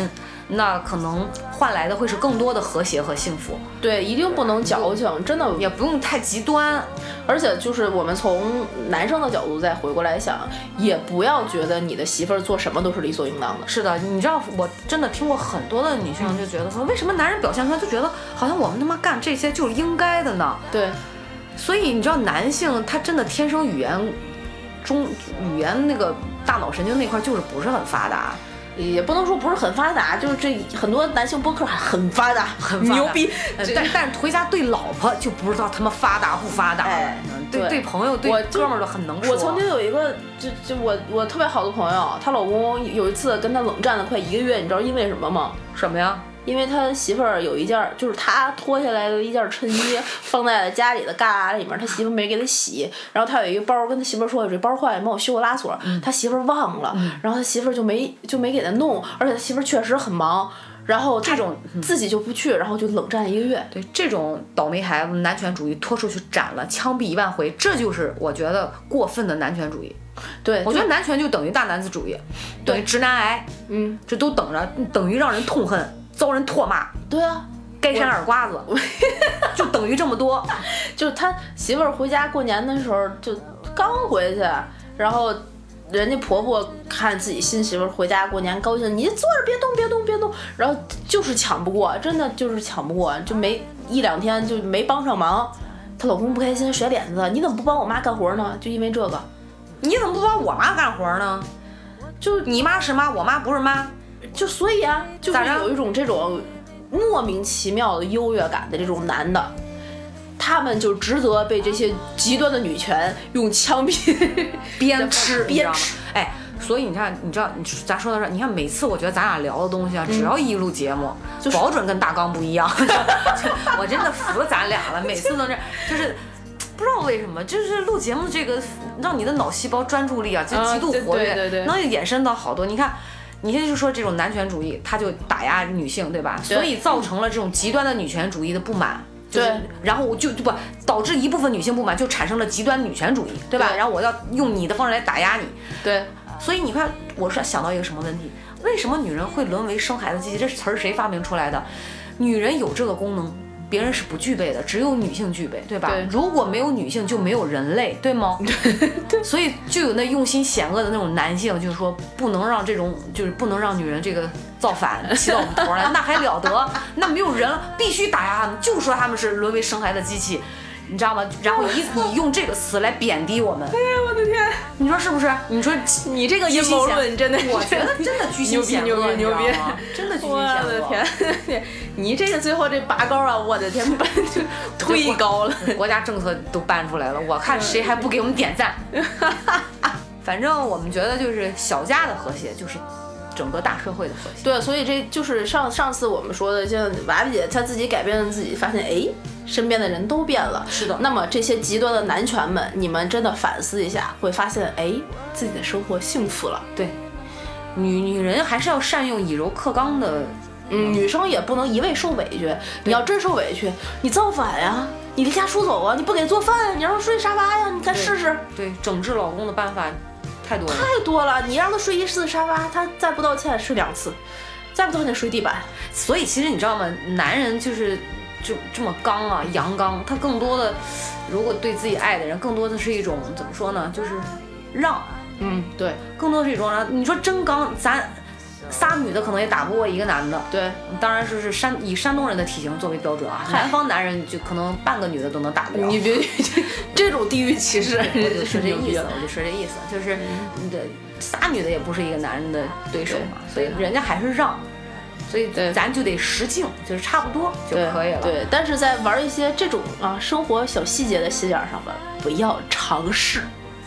那可能换来的会是更多的和谐和幸福。 对，一定不能矫情，真的也不用太极端。 而且就是我们从男生的角度再回过来想，也不要觉得你的媳妇儿做什么都是理所应当的。 是的，你知道我真的听过很多的女性就觉得说，为什么男人表现出来就觉得好像我们他妈干这些就是应该的呢？ 对， 所以你知道男性他真的天生语言中语言那个大脑神经那块就是不是很发达。 也不能说不是很发达，就是这很多男性播客还很发达， 很发达牛逼。 但但是回家对老婆就不知道他妈发达不发达了。 哎、 对对，对朋友对哥们儿都很能说。 我曾经有一个，就就我我特别好的朋友，她老公有一次跟她冷战了快一个月，你知道因为什么吗？ 什么呀？ 因为他媳妇儿有一件，就是他脱下来的一件衬衣，放在了家里的旮旯里面，他媳妇没给他洗。然后他有一个包，跟他媳妇说：“这包坏了，帮我修个拉锁。嗯”他媳妇忘了，嗯、然后他媳妇就没就没给他弄，而且他媳妇确实很忙。然后这种自己就不去，然后就冷战一个月。 对，这种倒霉孩子，男权主义拖出去斩了，枪毙一万回，这就是我觉得过分的男权主义。 对， 我觉得男权就等于大男子主义，等于直男癌。 嗯， 这都等着，等于让人痛恨。遭人唾骂， 对啊， 该扇耳刮子，就等于这么多。 就是他媳妇儿回家过年的时候，就刚回去，然后人家婆婆看自己新媳妇儿回家过年高兴，你坐着别动别动别动，然后就是抢不过，真的就是抢不过，就没一两天就没帮上忙。她老公不开心甩脸子，你怎么不帮我妈干活呢？就因为这个， 你怎么不帮我妈干活呢？就你妈是妈，我妈不是妈。 就所以啊，就是有一种这种莫名其妙的优越感的这种男的，他们就值得被这些极端的女权用枪毙鞭笞鞭笞。 哎，所以你看，你知道，你咱说到这儿，你看每次我觉得咱俩聊的东西啊，只要一录节目，嗯、保准跟大纲不一样。我真的服了咱俩了，每次都这，就是不知道为什么，就是录节目这个让你的脑细胞专注力啊就极度活跃， 啊、对对对， 能衍生到好多。你看。你现在就说这种男权主义，他就打压女性，对吧？对，所以造成了这种极端的女权主义的不满，就是、 对， 然后我就不导致一部分女性不满，就产生了极端女权主义，对吧？ 对， 然后我要用你的方式来打压你， 对。 所以你看，我是想到一个什么问题？为什么女人会沦为生孩子机器？这词儿谁发明出来的？女人有这个功能。别人是不具备的，只有女性具备，对吧？ 对， 如果没有女性，就没有人类，对吗？ 对， 所以就有那用心险恶的那种男性，就是说不能让这种，就是不能让女人这个造反骑到我们头来，那还了得？那没有人了，必须打压他们，就说他们是沦为生孩子机器。你知道吗？然后以你用这个词来贬低我们。 哎呀，我的天！ 你说是不是？你说你这个阴谋论真的， 我觉得真的居心险恶， 牛逼牛逼牛逼！ 真的居心险恶。 我的天！你这个最后这拔高啊，我的天，就忒高了。 国家政策都搬出来了，我看谁还不给我们点赞。反正我们觉得就是小家的和谐就是。整个大社会的和谐。 对，所以这就是上上次我们说的，像娃娃姐她自己改变了自己，发现哎，身边的人都变了。 是的。 那么这些极端的男权们，你们真的反思一下，会发现哎，自己的生活幸福了。 对，女女人还是要善用以柔克刚的， 嗯，女生也不能一味受委屈。你要真受委屈，你造反呀，你离家出走啊，你不给做饭，你让他睡沙发呀，你再试试。 对，整治老公的办法。太多了， 太多了！你让他睡一次沙发，他再不道歉睡两次，再不道歉睡地板。 所以其实你知道吗？男人就是就这么刚啊，阳刚。他更多的，如果对自己爱的人，更多的是一种怎么说呢？就是让。 嗯，对， 更多是一种让。你说真刚，咱仨女的可能也打不过一个男的。 对， 当然是是山以山东人的体型作为标准啊，南方男人就可能半个女的都能打得了。 你别这种地域歧视， 我就说这意思，我就说这意思，就是你的仨女的也不是一个男人的对手嘛，所以人家还是让，所以咱就得识境，就是差不多就可以了。 对，但是在玩一些这种啊生活小细节的细节上吧，不要尝试。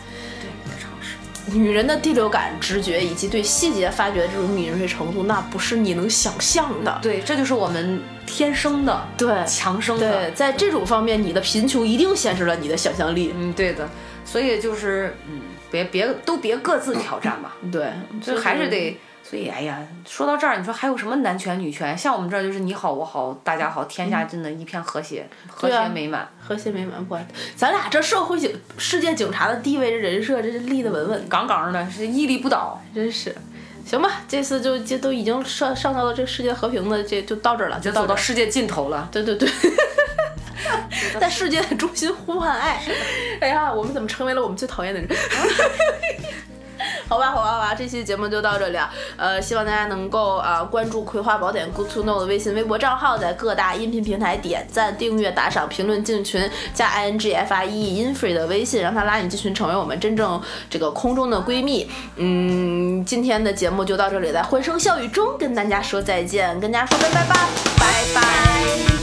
女人的第六感、直觉以及对细节发掘的这种敏锐程度，那不是你能想象的。 对，这就是我们天生的， 对， 强生的。 对，在这种方面，你的贫穷一定限制了你的想象力。 嗯，对的。所以就是，嗯，别别都别各自挑战吧。 对， 就还是得。所以，哎呀，说到这儿，你说还有什么男权女权？像我们这儿就是你好我好大家好，天下真的一片和谐，嗯、和谐美满， 和谐美满不？咱俩这社会警世界警察的地位、这人设，这是立得稳稳杠杠的，是屹立不倒， 真是。 行吧，这次就这都已经上上到了这个世界和平的，这就到这儿了， 就到走到世界尽头了。 对对对。在世界的中心呼唤爱。哎呀，我们怎么成为了我们最讨厌的人？好吧，好吧，好吧，这期节目就到这里啊。呃，希望大家能够啊、呃、关注《葵花宝典 Good to Know》的微信、微博账号，在各大音频平台点赞、订阅、打赏、评论、进群，加 I N G F R E E Infree 的微信，让他拉你进群，成为我们真正这个空中的闺蜜。嗯，今天的节目就到这里，在欢声笑语中跟大家说再见，跟大家说拜拜吧，拜拜。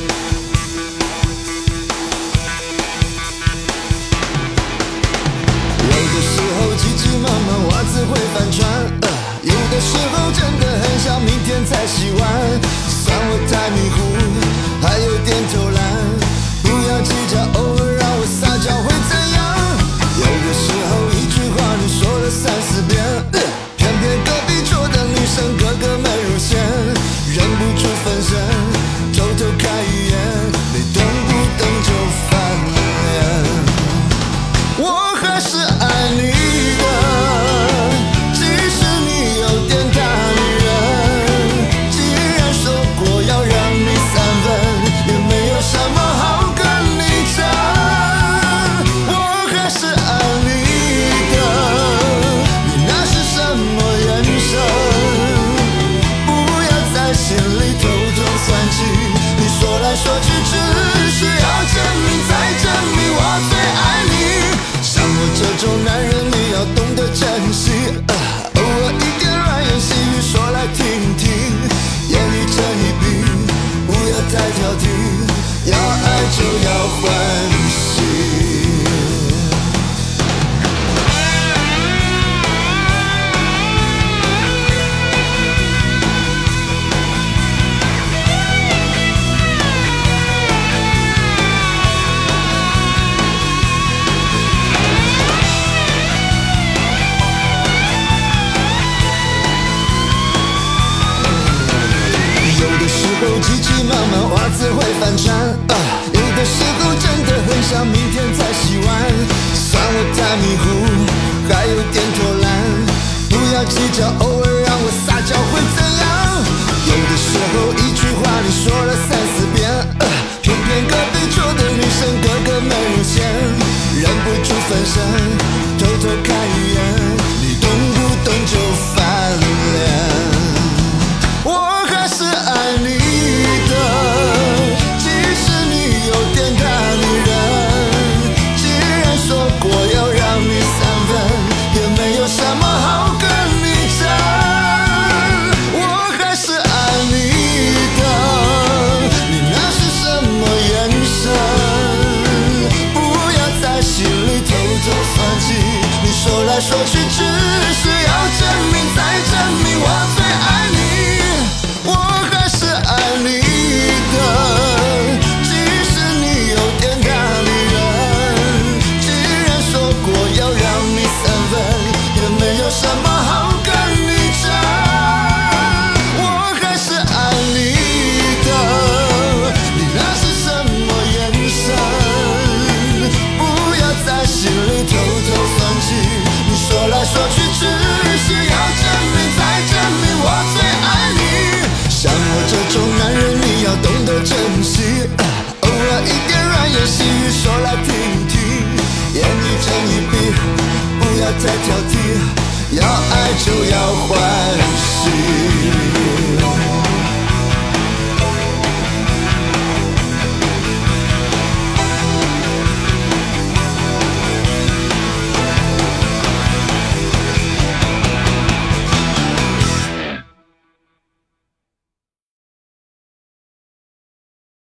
急急忙忙，袜子会翻船、呃、有的时候真的很想明天才洗完，算我太迷糊，还有点偷懒，不要计较，偶尔让我撒娇会怎样？有的时候一句话你说了三四遍、呃、偏偏隔壁桌的女生个个没入线，忍不住分身，偷偷看一眼，你动不动就翻脸，我还是爱你。说句只是要证明再证明我最爱你，像我这种男人你要懂得珍惜、呃、偶尔一点软言细语说来听听，言语这一笔不要太挑剔，要爱就要欢喜。急急忙忙，袜子会翻船。